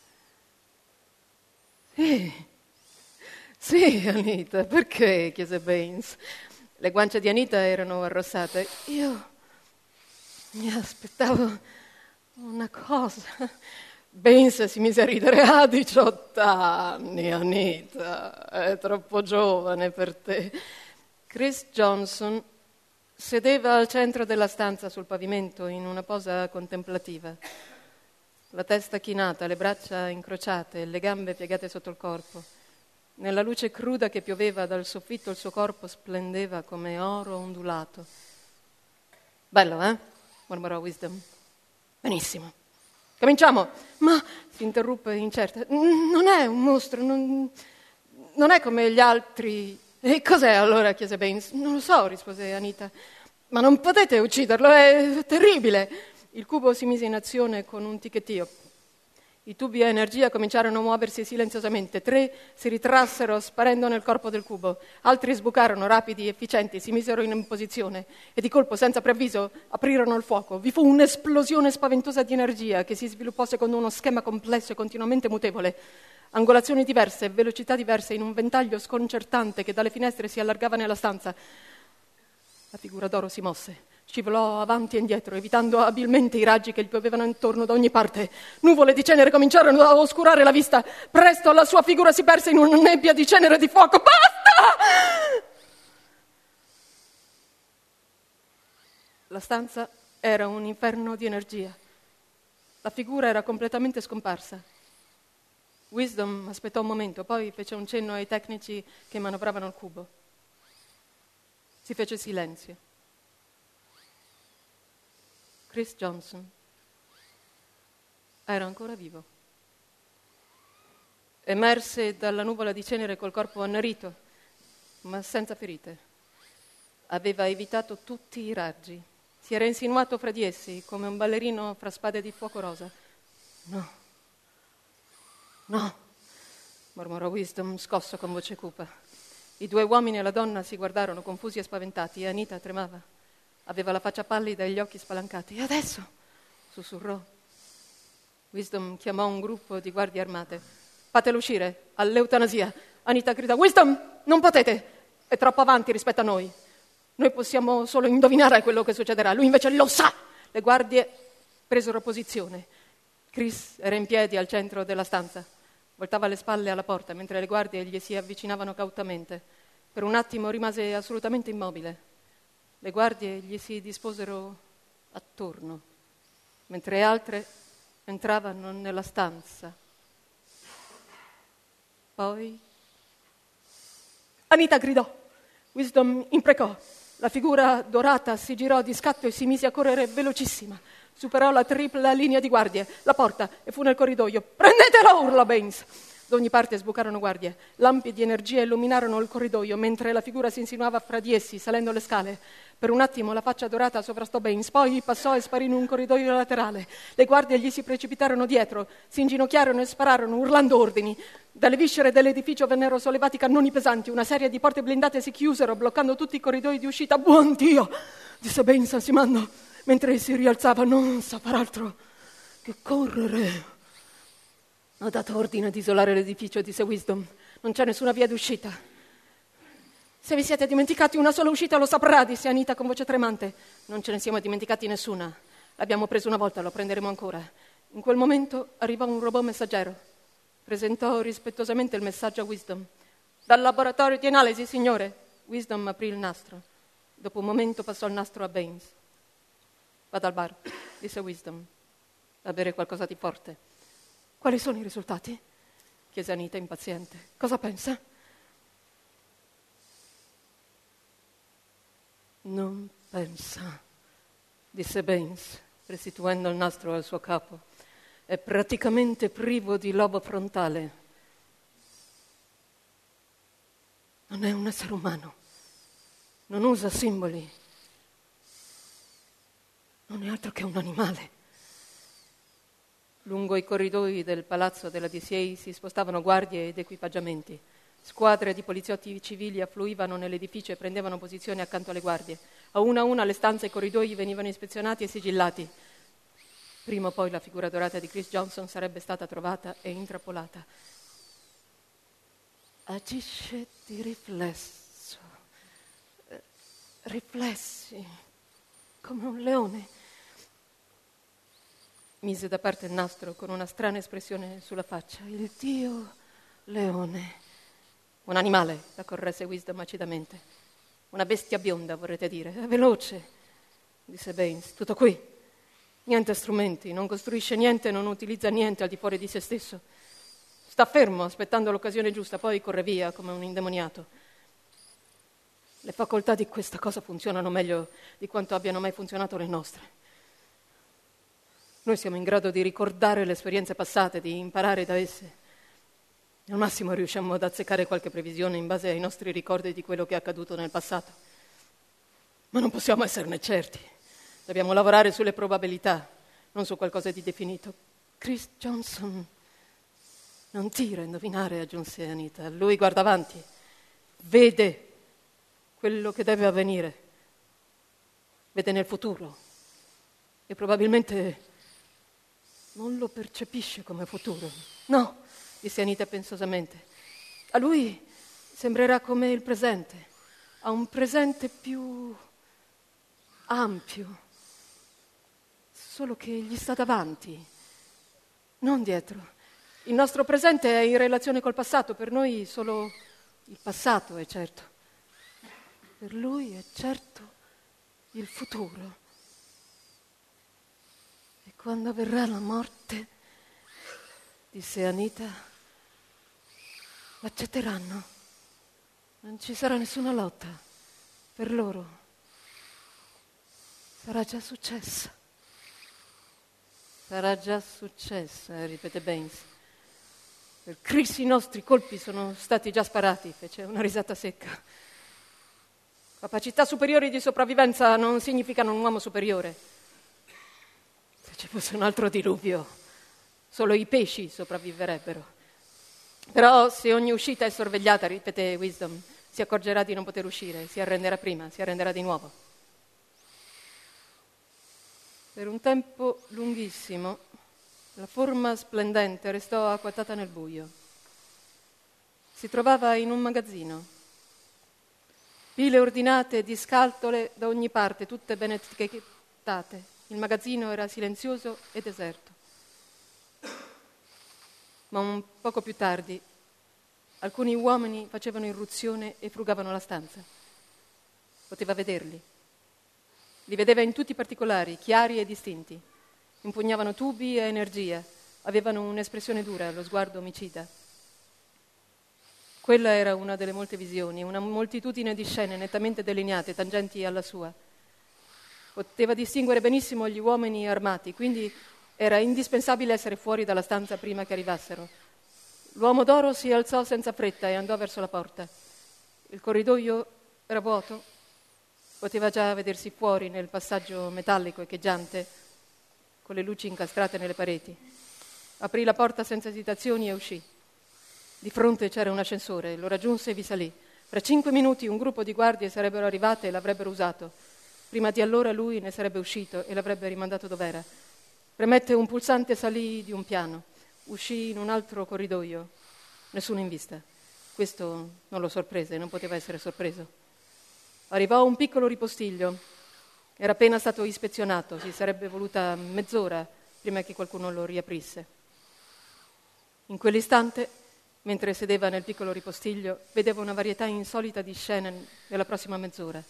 Sì, Anita, perché? Chiese Baines. Le guance di Anita erano arrossate. Io mi aspettavo una cosa. Baines si mise a ridere. 18 anni, Anita, è troppo giovane per te. Chris Johnson sedeva al centro della stanza sul pavimento in una posa contemplativa. La testa chinata, le braccia incrociate, le gambe piegate sotto il corpo. Nella luce cruda che pioveva dal soffitto il suo corpo splendeva come oro ondulato. Bello, eh? Mormorò Wisdom. Benissimo. Cominciamo. Ma, si interruppe incerta, non è un mostro, non è come gli altri. E cos'è allora? Chiese Baines. Non lo so, rispose Anita. Ma non potete ucciderlo, è terribile. Il cubo si mise in azione con un ticchettio. I tubi a energia cominciarono a muoversi silenziosamente. 3 si ritrassero sparendo nel corpo del cubo. Altri sbucarono, rapidi, efficienti, si misero in posizione e di colpo, senza preavviso, aprirono il fuoco. Vi fu un'esplosione spaventosa di energia che si sviluppò secondo uno schema complesso e continuamente mutevole. Angolazioni diverse, velocità diverse, in un ventaglio sconcertante che dalle finestre si allargava nella stanza. La figura d'oro si mosse. Scivolò avanti e indietro, evitando abilmente i raggi che gli piovevano intorno da ogni parte. Nuvole di cenere cominciarono a oscurare la vista. Presto la sua figura si perse in una nebbia di cenere e di fuoco. Basta! La stanza era un inferno di energia. La figura era completamente scomparsa. Wisdom aspettò un momento, poi fece un cenno ai tecnici che manovravano il cubo. Si fece silenzio. Chris Johnson era ancora vivo. Emerse dalla nuvola di cenere col corpo annerito, ma senza ferite. Aveva evitato tutti i raggi. Si era insinuato fra di essi, come un ballerino fra spade di fuoco rosa. No, mormorò Wisdom, scosso con voce cupa. I 2 uomini e la donna si guardarono confusi e spaventati e Anita tremava. Aveva la faccia pallida e gli occhi spalancati. E adesso? Sussurrò. Wisdom chiamò un gruppo di guardie armate. Fatelo uscire, all'eutanasia. Anita gridò. Wisdom, non potete! È troppo avanti rispetto a noi. Noi possiamo solo indovinare quello che succederà. Lui invece lo sa! Le guardie presero posizione. Chris era in piedi al centro della stanza. Voltava le spalle alla porta mentre le guardie gli si avvicinavano cautamente. Per un attimo rimase assolutamente immobile. Le guardie gli si disposero attorno, mentre altre entravano nella stanza. Poi Anita gridò. Wisdom imprecò. La figura dorata si girò di scatto e si mise a correre velocissima. Superò la tripla linea di guardie, la porta e fu nel corridoio. Prendetelo, urlò Baines. Da ogni parte sbucarono guardie. Lampi di energia illuminarono il corridoio, mentre la figura si insinuava fra di essi, salendo le scale. Per un attimo la faccia dorata sovrastò Baines, poi passò e sparì in un corridoio laterale. Le guardie gli si precipitarono dietro, si inginocchiarono e spararono, urlando ordini. Dalle viscere dell'edificio vennero sollevati cannoni pesanti, una serie di porte blindate si chiusero, bloccando tutti i corridoi di uscita. Buon Dio! Disse Baines ansimando, mentre si rialzava. Non sa far altro che correre. Ho dato ordine di isolare l'edificio, disse Wisdom. Non c'è nessuna via d'uscita. Se vi siete dimenticati una sola uscita lo saprà, disse Anita con voce tremante. Non ce ne siamo dimenticati nessuna. L'abbiamo preso una volta, lo prenderemo ancora. In quel momento arrivò un robot messaggero. Presentò rispettosamente il messaggio a Wisdom. Dal laboratorio di analisi, signore. Wisdom aprì il nastro. Dopo un momento passò il nastro a Baines. Vada al bar, disse Wisdom. Da bere qualcosa di forte. Quali sono i risultati? Chiese Anita impaziente. Cosa pensa? Non pensa, disse Baines, restituendo il nastro al suo capo. È praticamente privo di lobo frontale. Non è un essere umano. Non usa simboli. Non è altro che un animale. Lungo i corridoi del palazzo della DCA si spostavano guardie ed equipaggiamenti. Squadre di poliziotti civili affluivano nell'edificio e prendevano posizione accanto alle guardie. A una le stanze e i corridoi venivano ispezionati e sigillati. Prima o poi la figura dorata di Chris Johnson sarebbe stata trovata e intrappolata. Agisce di riflesso. Riflessi, come un leone. Mise da parte il nastro con una strana espressione sulla faccia. Il dio leone. Un animale, la corresse Wisdom acidamente. Una bestia bionda, vorrete dire. È veloce, disse Baines. Tutto qui. Niente strumenti, non costruisce niente, non utilizza niente al di fuori di se stesso. Sta fermo, aspettando l'occasione giusta, poi corre via come un indemoniato. Le facoltà di questa cosa funzionano meglio di quanto abbiano mai funzionato le nostre. Noi siamo in grado di ricordare le esperienze passate, di imparare da esse. Al massimo riusciamo ad azzeccare qualche previsione in base ai nostri ricordi di quello che è accaduto nel passato. Ma non possiamo esserne certi. Dobbiamo lavorare sulle probabilità, non su qualcosa di definito. Chris Johnson non tira a indovinare, aggiunse Anita. Lui guarda avanti, vede quello che deve avvenire, vede nel futuro e probabilmente non lo percepisce come futuro. No, disse Anita pensosamente. A lui sembrerà come il presente. Ha un presente più ampio, solo che gli sta davanti, non dietro. Il nostro presente è in relazione col passato, per noi solo il passato è certo. Per lui è certo il futuro. E quando avverrà la morte, disse Anita, l'accetteranno. Non ci sarà nessuna lotta. Per loro sarà già successa. Sarà già successa, ripete Baines. Per Chris i nostri colpi sono stati già sparati, fece una risata secca. Capacità superiori di sopravvivenza non significano un uomo superiore. Se ci fosse un altro diluvio, solo i pesci sopravviverebbero. Però se ogni uscita è sorvegliata, ripete Wisdom, si accorgerà di non poter uscire, si arrenderà prima, si arrenderà di nuovo. Per un tempo lunghissimo, la forma splendente restò acquattata nel buio. Si trovava in un magazzino. Pile ordinate di scatole da ogni parte, tutte ben etichettate. Il magazzino era silenzioso e deserto. Ma un poco più tardi, alcuni uomini facevano irruzione e frugavano la stanza. Poteva vederli. Li vedeva in tutti i particolari, chiari e distinti. Impugnavano tubi e energia, avevano un'espressione dura, lo sguardo omicida. Quella era una delle molte visioni, una moltitudine di scene nettamente delineate, tangenti alla sua. Poteva distinguere benissimo gli uomini armati, quindi era indispensabile essere fuori dalla stanza prima che arrivassero. L'uomo d'oro si alzò senza fretta e andò verso la porta. Il corridoio era vuoto, poteva già vedersi fuori nel passaggio metallico echeggiante, con le luci incastrate nelle pareti. Aprì la porta senza esitazioni e uscì. Di fronte c'era un ascensore, lo raggiunse e vi salì. Fra 5 minuti un gruppo di guardie sarebbero arrivate e l'avrebbero usato. Prima di allora lui ne sarebbe uscito e l'avrebbe rimandato dov'era. Premette un pulsante e salì di un piano. Uscì in un altro corridoio. Nessuno in vista. Questo non lo sorprese, non poteva essere sorpreso. Arrivò a un piccolo ripostiglio. Era appena stato ispezionato, si sarebbe voluta mezz'ora prima che qualcuno lo riaprisse. In quell'istante, mentre sedeva nel piccolo ripostiglio, vedeva una varietà insolita di scene nella prossima mezz'ora.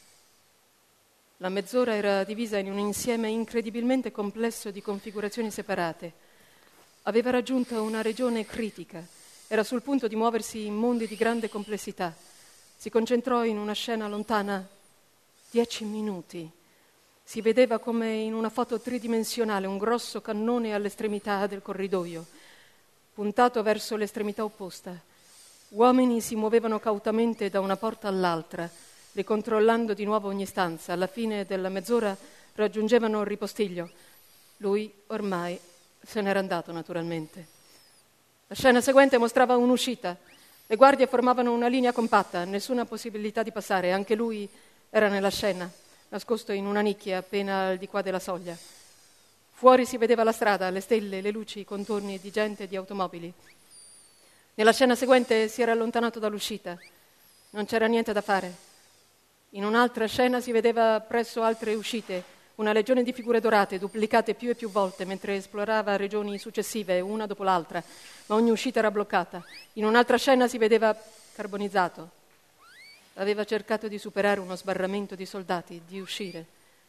La mezz'ora era divisa in un insieme incredibilmente complesso di configurazioni separate. Aveva raggiunto una regione critica, era sul punto di muoversi in mondi di grande complessità. Si concentrò in una scena lontana 10 minuti. Si vedeva come in una foto tridimensionale un grosso cannone all'estremità del corridoio, puntato verso l'estremità opposta. Uomini si muovevano cautamente da una porta all'altra, ricontrollando di nuovo ogni stanza. Alla fine della mezz'ora raggiungevano il ripostiglio. Lui ormai se n'era andato, naturalmente. La scena seguente mostrava un'uscita. Le guardie formavano una linea compatta, nessuna possibilità di passare. Anche lui era nella scena, nascosto in una nicchia appena al di qua della soglia. Fuori si vedeva la strada, le stelle, le luci, i contorni di gente e di automobili. Nella scena seguente si era allontanato dall'uscita. Non c'era niente da fare. In un'altra scena si vedeva presso altre uscite una legione di figure dorate, duplicate più e più volte, mentre esplorava regioni successive, una dopo l'altra, ma ogni uscita era bloccata. In un'altra scena si vedeva carbonizzato. Aveva cercato di superare uno sbarramento di soldati, di uscire.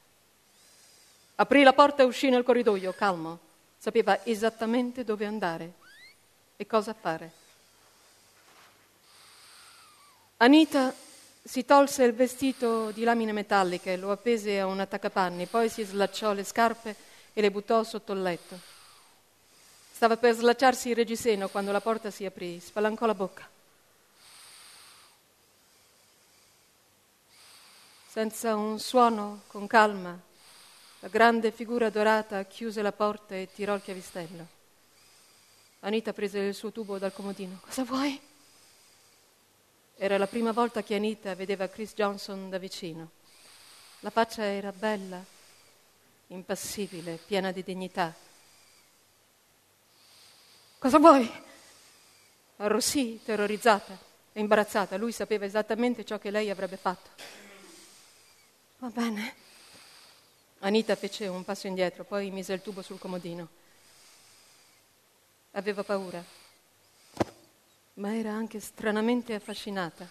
Aprì la porta e uscì nel corridoio, calmo. Sapeva esattamente dove andare e cosa fare. Anita si tolse il vestito di lamine metalliche, lo appese a un attaccapanni, poi si slacciò le scarpe e le buttò sotto il letto. Stava per slacciarsi il reggiseno quando la porta si aprì, spalancò la bocca. Senza un suono, con calma, la grande figura dorata chiuse la porta e tirò il chiavistello. Anita prese il suo tubo dal comodino. Cosa vuoi? Era la prima volta che Anita vedeva Chris Johnson da vicino. La faccia era bella, impassibile, piena di dignità. Cosa vuoi? Arrossì, terrorizzata e imbarazzata. Lui sapeva esattamente ciò che lei avrebbe fatto. Va bene. Anita fece un passo indietro, poi mise il tubo sul comodino. Aveva paura, ma era anche stranamente affascinata.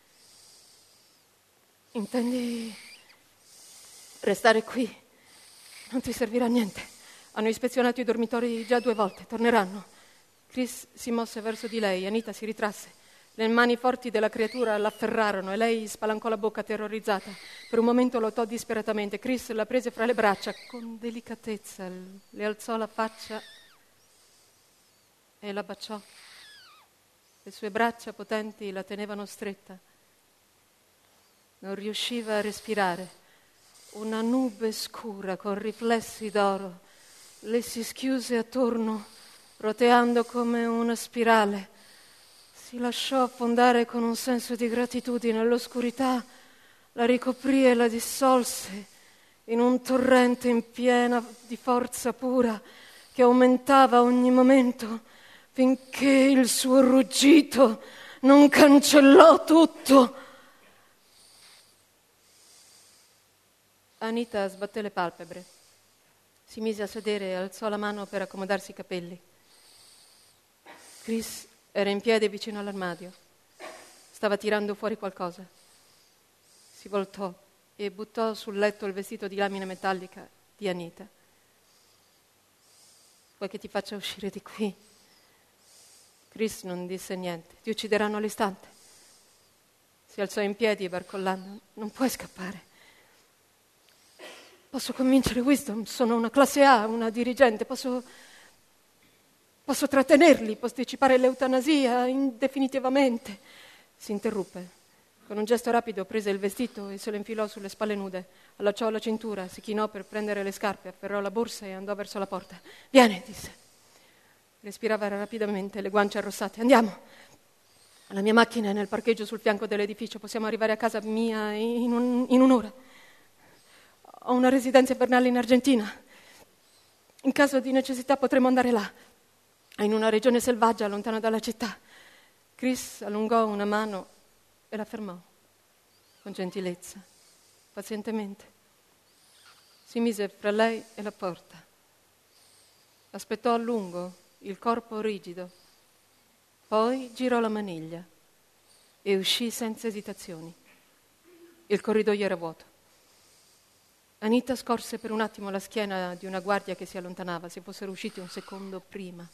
Intendi restare qui? Non ti servirà a niente. Hanno ispezionato i dormitori già 2 volte, torneranno. Chris si mosse verso di lei, Anita si ritrasse. Le mani forti della creatura l'afferrarono e lei spalancò la bocca terrorizzata. Per un momento lottò disperatamente. Chris la prese fra le braccia con delicatezza, le alzò la faccia e la baciò. Le sue braccia potenti la tenevano stretta. Non riusciva a respirare. Una nube scura con riflessi d'oro le si schiuse attorno, roteando come una spirale. Si lasciò affondare con un senso di gratitudine. L'oscurità la ricoprì e la dissolse in un torrente in piena di forza pura che aumentava ogni momento finché il suo ruggito non cancellò tutto. Anita sbatté le palpebre, si mise a sedere e alzò la mano per accomodarsi i capelli. Chris era in piedi vicino all'armadio. Stava tirando fuori qualcosa. Si voltò e buttò sul letto il vestito di lamina metallica di Anita. Vuoi che ti faccia uscire di qui? Chris non disse niente. Ti uccideranno all'istante. Si alzò in piedi barcollando. Non puoi scappare. Posso convincere Wisdom, sono una classe A, una dirigente, posso... Posso trattenerli, posticipare l'eutanasia indefinitivamente. Si interruppe. Con un gesto rapido prese il vestito e se lo infilò sulle spalle nude. Allacciò la cintura, si chinò per prendere le scarpe, afferrò la borsa e andò verso la porta. «Vieni», disse. Respirava rapidamente, le guance arrossate. «Andiamo. La mia macchina è nel parcheggio sul fianco dell'edificio. Possiamo arrivare a casa mia in un'ora. Ho una residenza invernale in Argentina. In caso di necessità potremo andare là. È in una regione selvaggia, lontana dalla città». Chris allungò una mano e la fermò, con gentilezza, pazientemente. Si mise fra lei e la porta. Aspettò a lungo, il corpo rigido. Poi girò la maniglia e uscì senza esitazioni. Il corridoio era vuoto. Anita scorse per un attimo la schiena di una guardia che si allontanava, se fossero usciti un secondo prima.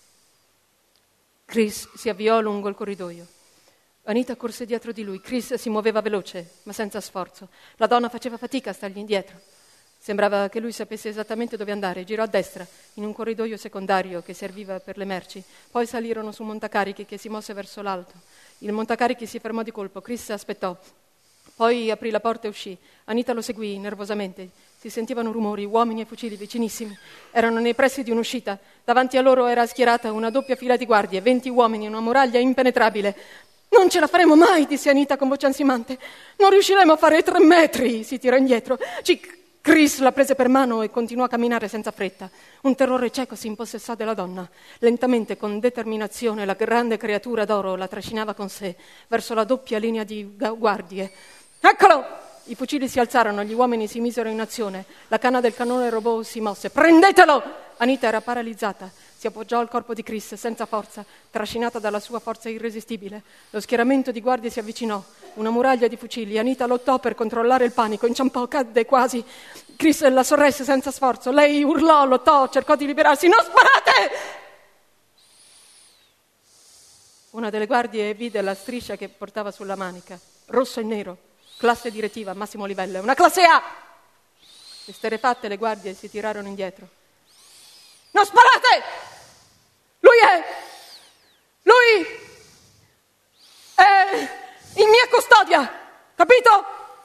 Chris si avviò lungo il corridoio. Anita corse dietro di lui. Chris si muoveva veloce, ma senza sforzo. La donna faceva fatica a stargli indietro. Sembrava che lui sapesse esattamente dove andare. Girò a destra, in un corridoio secondario che serviva per le merci. Poi salirono su un montacarichi che si mosse verso l'alto. Il montacarichi si fermò di colpo. Chris aspettò. Poi aprì la porta e uscì. Anita lo seguì nervosamente. Si sentivano rumori, uomini e fucili vicinissimi. Erano nei pressi di un'uscita. Davanti a loro era schierata una doppia fila di guardie, 20 uomini, una muraglia impenetrabile. «Non ce la faremo mai», disse Anita con voce ansimante. «Non riusciremo a fare 3 metri», si tirò indietro. Chris la prese per mano e continuò a camminare senza fretta. Un terrore cieco si impossessò della donna. Lentamente, con determinazione, la grande creatura d'oro la trascinava con sé verso la doppia linea di guardie. «Eccolo!» I fucili si alzarono, gli uomini si misero in azione. La canna del cannone robot si mosse. «Prendetelo!» Anita era paralizzata. Si appoggiò al corpo di Chris senza forza, trascinata dalla sua forza irresistibile. Lo schieramento di guardie si avvicinò. Una muraglia di fucili. Anita lottò per controllare il panico, inciampò, cadde quasi. Chris la sorresse senza sforzo. Lei urlò, lottò, cercò di liberarsi. «Non sparate!» Una delle guardie vide la striscia che portava sulla manica. Rosso e nero. Classe direttiva, massimo livello. Una classe A! Esterrefatte le guardie si tirarono indietro. «Non sparate! Lui è in mia custodia, capito?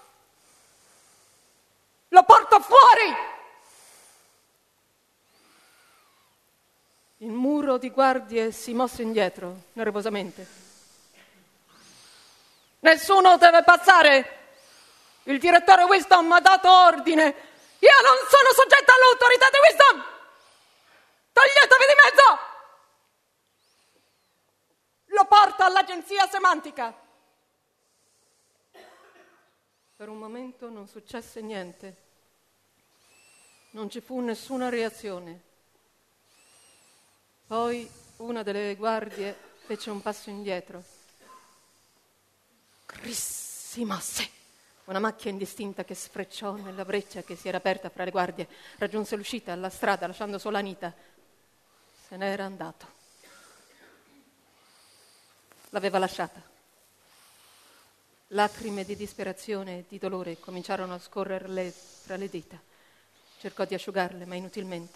Lo porto fuori!» Il muro di guardie si mosse indietro, nervosamente. «Nessuno deve passare! Il direttore Wisdom ha dato ordine! Io non sono soggetta all'autorità di Wisdom! Toglietevi di mezzo! Lo porto all'agenzia semantica!» Per un momento non successe niente. Non ci fu nessuna reazione. Poi una delle guardie fece un passo indietro. Chris si mosse. Una macchia indistinta che sfrecciò nella breccia che si era aperta fra le guardie. Raggiunse l'uscita, la strada, lasciando sola Anita. Se n'era andato. L'aveva lasciata. Lacrime di disperazione e di dolore cominciarono a scorrerle tra le dita. Cercò di asciugarle, ma inutilmente.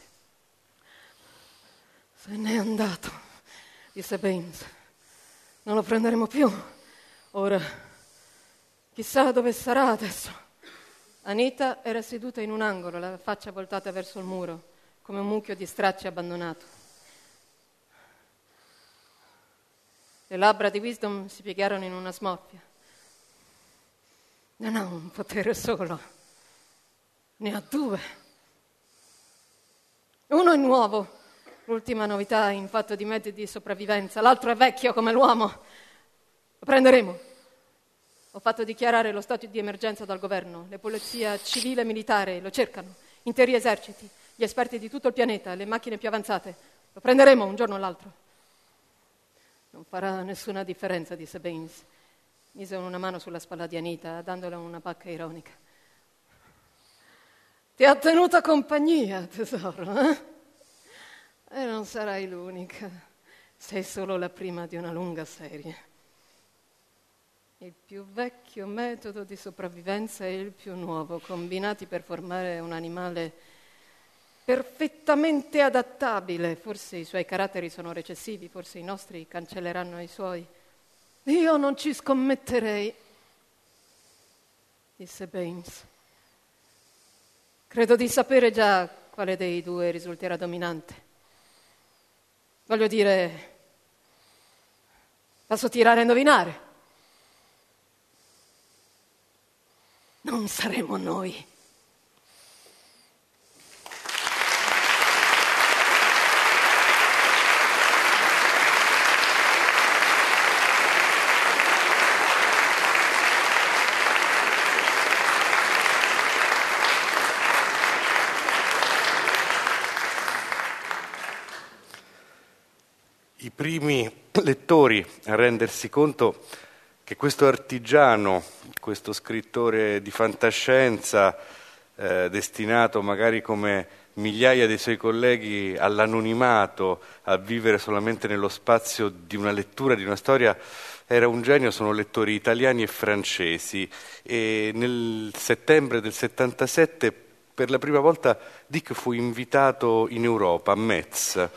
«Se n'è andato», disse Baines. «Non lo prenderemo più. Ora, chissà dove sarà adesso». Anita era seduta in un angolo, la faccia voltata verso il muro, come un mucchio di stracci abbandonato. Le labbra di Wisdom si piegarono in una smorfia. «Non ha un potere solo, ne ha 2. Uno è nuovo, l'ultima novità in fatto di mezzi di sopravvivenza. L'altro è vecchio come l'uomo. Lo prenderemo. Ho fatto dichiarare lo stato di emergenza dal governo. Le polizia civile e militare lo cercano, interi eserciti, gli esperti di tutto il pianeta, le macchine più avanzate. Lo prenderemo un giorno o l'altro». «Non farà nessuna differenza», disse Baines. Mise una mano sulla spalla di Anita, dandole una pacca ironica. «Ti ha tenuta compagnia, tesoro, eh? E non sarai l'unica. Sei solo la prima di una lunga serie. Il più vecchio metodo di sopravvivenza e il più nuovo, combinati per formare un animale perfettamente adattabile. Forse i suoi caratteri sono recessivi, forse i nostri cancelleranno i suoi. Io non ci scommetterei, disse Baynes. Credo di sapere già quale dei due risulterà dominante. Voglio dire, posso tirare a indovinare. Non saremo noi. I primi lettori a rendersi conto che questo artigiano, questo scrittore di fantascienza, destinato magari come migliaia dei suoi colleghi all'anonimato, a vivere solamente nello spazio di una lettura, di una storia, era un genio, sono lettori italiani e francesi. E nel settembre del 77 per la prima volta Dick fu invitato in Europa, a Metz,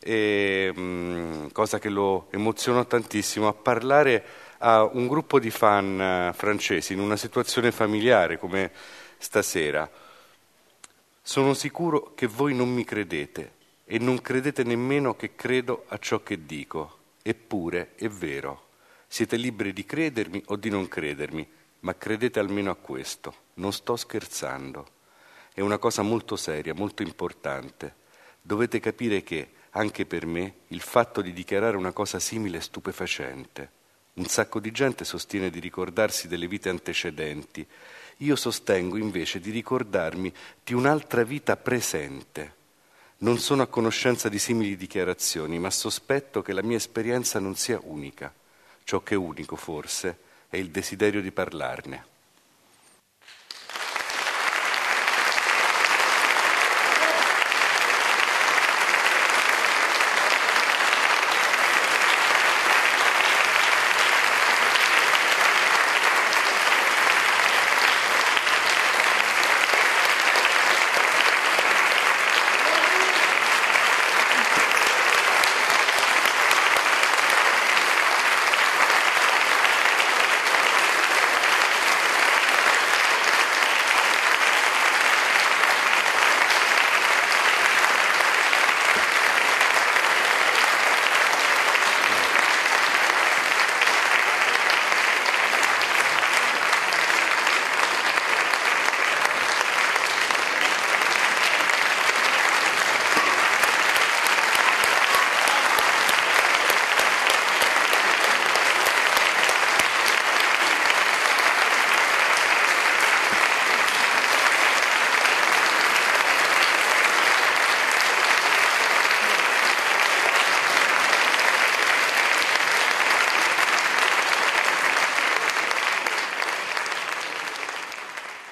cosa che lo emozionò tantissimo, a parlare a un gruppo di fan francesi in una situazione familiare come stasera. Sono sicuro che voi non mi credete e non credete nemmeno che credo a ciò che dico, eppure è vero. Siete liberi di credermi o di non credermi, ma credete almeno a questo. Non sto scherzando. È una cosa molto seria, molto importante. Dovete capire che, anche per me, il fatto di dichiarare una cosa simile è stupefacente. Un sacco di gente sostiene di ricordarsi delle vite antecedenti. Io sostengo invece di ricordarmi di un'altra vita presente. Non sono a conoscenza di simili dichiarazioni, ma sospetto che la mia esperienza non sia unica. Ciò che è unico, forse, è il desiderio di parlarne.